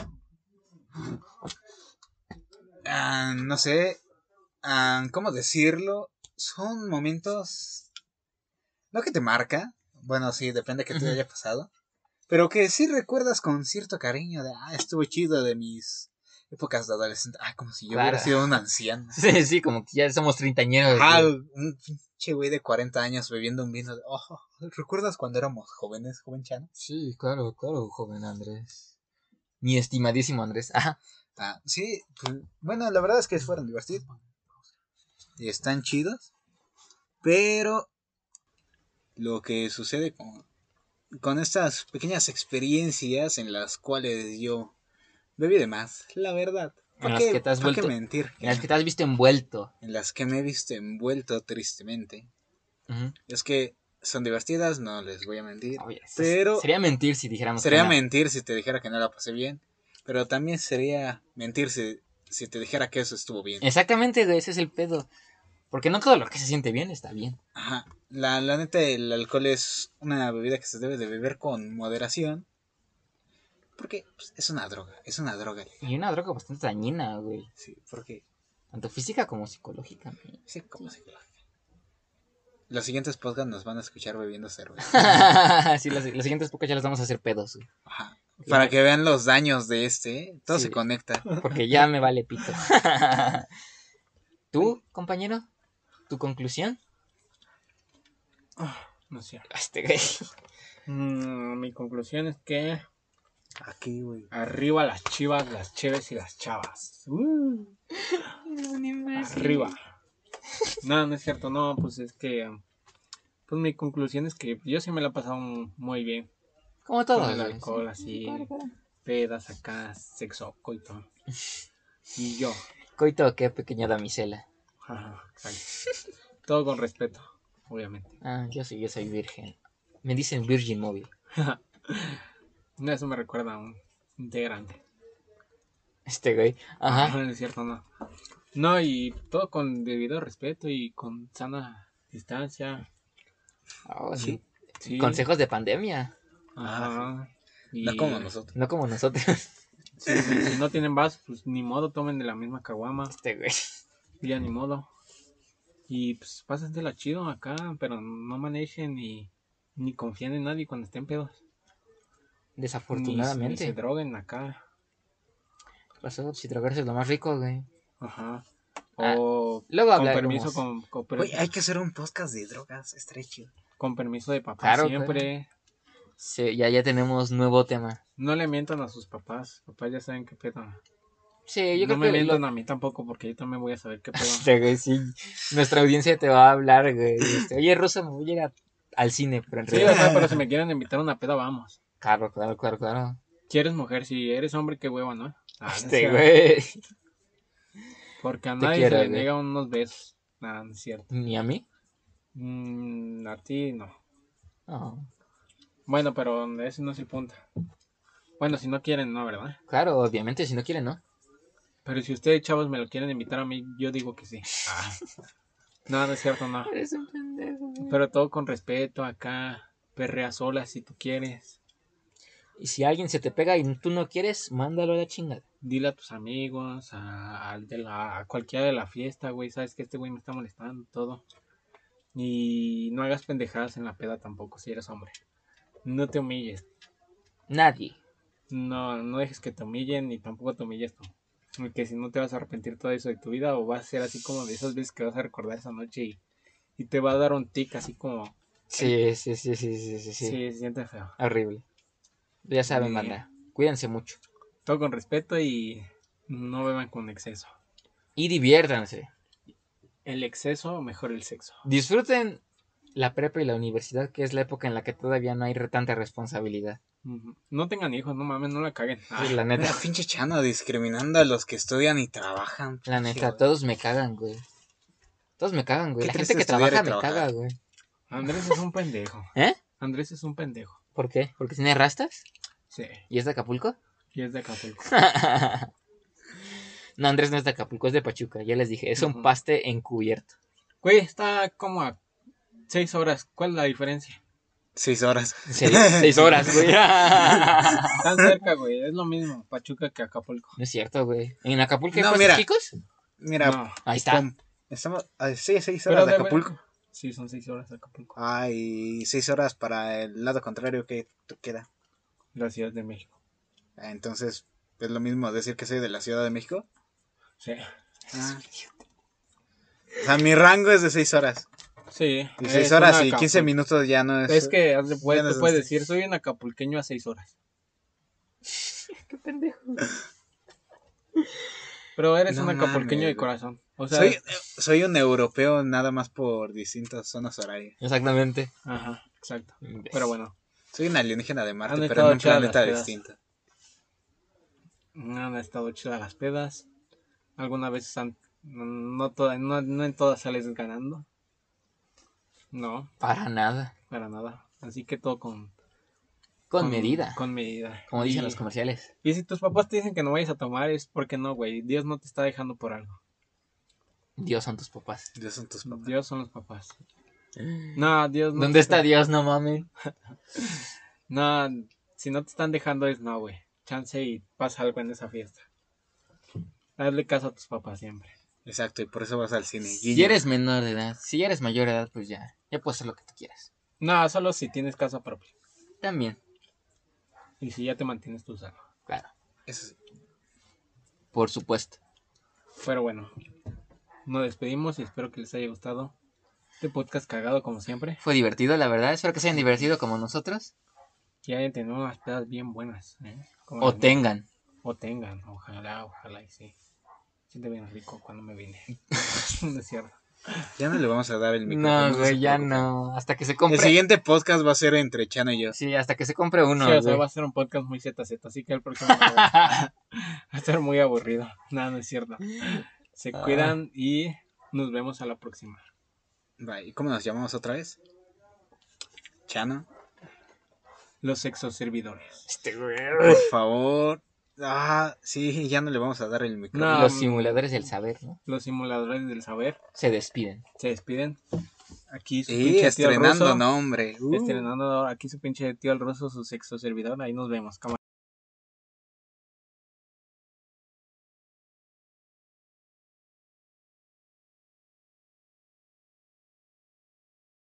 ah, no sé, ah, ¿cómo decirlo? Son momentos, no que te marca, bueno, sí, depende que te Ujú. haya pasado, pero que sí recuerdas con cierto cariño de, ah, estuvo chido de mis épocas de adolescente. Ah, como si yo hubiera Claro. sido un anciano. Sí, sí, como que ya somos treintañeros. Ah, güey. un pinche güey de cuarenta años bebiendo un vino de, oh, ¿recuerdas cuando éramos jóvenes, joven Chano? Sí, claro, claro, joven Andrés. Mi estimadísimo Andrés. Ajá. Ah, sí, pues, bueno, la verdad es que fueron divertidos y están chidos, pero lo que sucede con, con estas pequeñas experiencias en las cuales yo bebí de más, la verdad. En ¿Para las que qué, te has pa' qué vuelto, mentir? en las que te has visto envuelto. En las que me he visto envuelto tristemente. Ujú. Es que son divertidas, no les voy a mentir, Oye, eso es- pero sería mentir si dijéramos que sería no. mentir si te dijera que no la pasé bien, pero también sería mentir si, si te dijera que eso estuvo bien. Exactamente, güey, ese es el pedo. Porque no todo lo que se siente bien está bien. Ajá. La, la neta, el alcohol es una bebida que se debe de beber con moderación. Porque pues, es una droga, es una droga. Y una droga bastante dañina, güey. Sí, porque Tanto física como psicológica. sí, como psicológica. Los siguientes podcasts nos van a escuchar bebiendo cerveza. Sí, los, los siguientes pocas ya los vamos a hacer pedos, güey. Ajá. Para que vean los daños de este, ¿eh? Todo Sí. se conecta. Porque ya me vale pito. ¿Tú, compañero? ¿Tu conclusión? No sé. Este güey. Mm, mi conclusión es que. Aquí, güey. Arriba las chivas, las cheves y las chavas. Uh, arriba. No, no es cierto, no, pues es que. Pues mi conclusión es que yo sí me la he pasado muy bien. Como todo. Con el güey, alcohol, sí. así. Claro, claro. Pedas acá, sexo, coito. Y yo. Coito, qué pequeña damisela. Ajá, exacto. Todo con respeto, obviamente. Ah, yo sí, yo soy virgen. Me dicen Virgin Móvil. Eso me recuerda a un integrante. Este güey. Ajá. Ajá, no es cierto, no. No, y todo con debido respeto y con sana distancia. Oh, Sí. Sí. Consejos de pandemia. Ajá. Y No como nosotros. No como nosotros. sí, sí, si no tienen vaso, pues ni modo, tomen de la misma caguama. Este güey. Ya ni modo. Y pues pásensela chido acá, pero no manejen ni, ni confíen en nadie cuando estén pedos. Ni, ni Desafortunadamente. se droguen acá. ¿Qué pasó? Si drogarse es lo más rico, güey. Ajá. Ah, O luego con hablaremos. permiso, con, con, per- Güey, hay que hacer un podcast de drogas, estaría chido. con permiso de papá Claro, siempre. Sí, ya, ya tenemos nuevo tema. No le mientan a sus papás. Papás ya saben qué pedo. Sí, yo No creo me que mientan lo... a mí tampoco porque yo también voy a saber qué pedo. Este, güey, sí. Nuestra audiencia te va a hablar, güey. Este, Oye, Rosa, me voy a ir a- al cine, pero en Sí, o realidad... sea, pero si me quieren invitar a una peda, vamos. Claro, claro, claro, claro. ¿Quieres mujer? Si eres hombre, qué hueva, ¿no? Ah, Este, no güey. porque a Te nadie quiero, se le güey. niega unos besos. Nada, no es cierto. ¿Ni a mí? Mm, a ti no. No. Bueno, pero ese no es el punto. Bueno, si no quieren, no, ¿verdad? Claro, obviamente, si no quieren, ¿no? Pero si ustedes, chavos, me lo quieren invitar a mí, yo digo que sí. Ah. No, no es cierto, no. Eres un pendejo, güey. Pero todo con respeto, acá, perrea sola si tú quieres. Y si alguien se te pega y tú no quieres, mándalo a la chingada. Dile a tus amigos, a, al de la, a cualquiera de la fiesta, güey, sabes que este güey me está molestando, todo. Y no hagas pendejadas en la peda tampoco, si eres hombre. No te humilles. Nadie. No, no dejes que te humillen ni tampoco te humilles tú. Porque si no te vas a arrepentir todo eso de tu vida o vas a ser así como de esas veces que vas a recordar esa noche y, y te va a dar un tic así como... Sí, sí, sí, sí, sí, sí, Sí, sí. se siente feo. Horrible. Ya saben, Y- banda. Cuídense mucho. Todo con respeto y no beban con exceso. Y diviértanse. El exceso, mejor el sexo. Disfruten la prepa y la universidad, que es la época en la que todavía no hay re- tanta responsabilidad. Ujú. No tengan hijos, no mames, no la caguen. Sí, Ay, la Mira, neta. pinche Chano discriminando a los que estudian y trabajan. La pinche neta, güey. todos me cagan, güey. Todos me cagan, güey. Qué La triste gente que estudiar y trabaja me trabajar. caga, güey. Andrés es un pendejo. ¿Eh? Andrés es un pendejo. ¿Por qué? ¿Porque tiene rastas? Sí, ¿Y es de Acapulco? y es de Acapulco. No, Andrés no es de Acapulco, es de Pachuca. Ya les dije, es un Ujú. paste encubierto. Güey, está como a seis horas. ¿Cuál es la diferencia? Seis horas. ¿En serio? Seis horas, güey. Tan cerca, güey. Es lo mismo Pachuca que Acapulco. No es cierto, güey. ¿En Acapulco hay No, puestos mira. chicos? Mira, No, Ahí está. pum, estamos a seis, seis pero horas de debe- Acapulco. Sí, son seis horas de Acapulco. Ah, y seis horas para el lado contrario que queda. La Ciudad de México. Ah, entonces, ¿es lo mismo decir que soy de la Ciudad de México? Sí. Ah. O sea, mi rango es de seis horas. Sí. Y es seis horas una y quince Acapul- minutos ya no es... Es que haz de- puedes, ya no tú es puedes este. decir, soy un acapulqueño a seis horas. Qué pendejo. Pero eres No un acapulqueño mames, de corazón. O sea, Soy, soy un europeo nada más por distintas zonas horarias. Exactamente. ajá, exacto. Pero bueno, Soy un alienígena de Marte, Han pero estado en un chidas planeta las pedas. distinto. han estado chidas las pedas. Algunas veces han, no, toda, no, no en todas sales ganando. No, Para nada. para nada. Así que todo con, Con, medida. Con medida. Como dicen Y- los comerciales. Y si tus papás te dicen que no vayas a tomar, es porque no, güey. Dios no te está dejando por algo. Dios son tus papás. Dios son tus papás. Dios son los papás. No, Dios no. ¿Dónde te está Dios? No mamen. No, si no te están dejando es no, güey. Chance y pasa algo en esa fiesta. Hazle caso a tus papás siempre. Exacto, y por eso vas al cine. Si Guiño. eres menor de edad, si eres mayor de edad, pues ya. Ya puedes hacer lo que tú quieras. No, solo si tienes casa propia. También, Y si ya te mantienes tú solo. claro. Eso sí. Por supuesto. Pero bueno, nos despedimos y espero que les haya gustado este podcast cagado como siempre. Fue divertido, la verdad. Espero que se hayan divertido como nosotros. Que hayan tenido unas pedas bien buenas. ¿eh? Como O la mía. tengan. O tengan, ojalá, ojalá y sí. Siente bien rico cuando me vine. No es cierto. Ya no le vamos a dar el micrófono. No, se güey, ya preocupen. no. Hasta que se El compre. siguiente podcast va a ser entre Chano y yo. Sí, hasta que se compre uno. Sí, o sea, güey. va a ser un podcast muy Z Z, así que el próximo va a ser muy aburrido. No, no es cierto. Se Ah. cuidan y nos vemos a la próxima. Bye. ¿Y cómo nos llamamos otra vez? Chano. Los sexoservidores. Este güey. Por favor. Ah, sí, ya no le vamos a dar el micrófono. No. Los simuladores del saber, ¿no? Los simuladores del saber Se despiden. se despiden. Aquí su Y pinche tío el estrenando ruso. nombre. Uh. Estrenando aquí su pinche tío el ruso, su sexoservidor. Ahí nos vemos, cámara.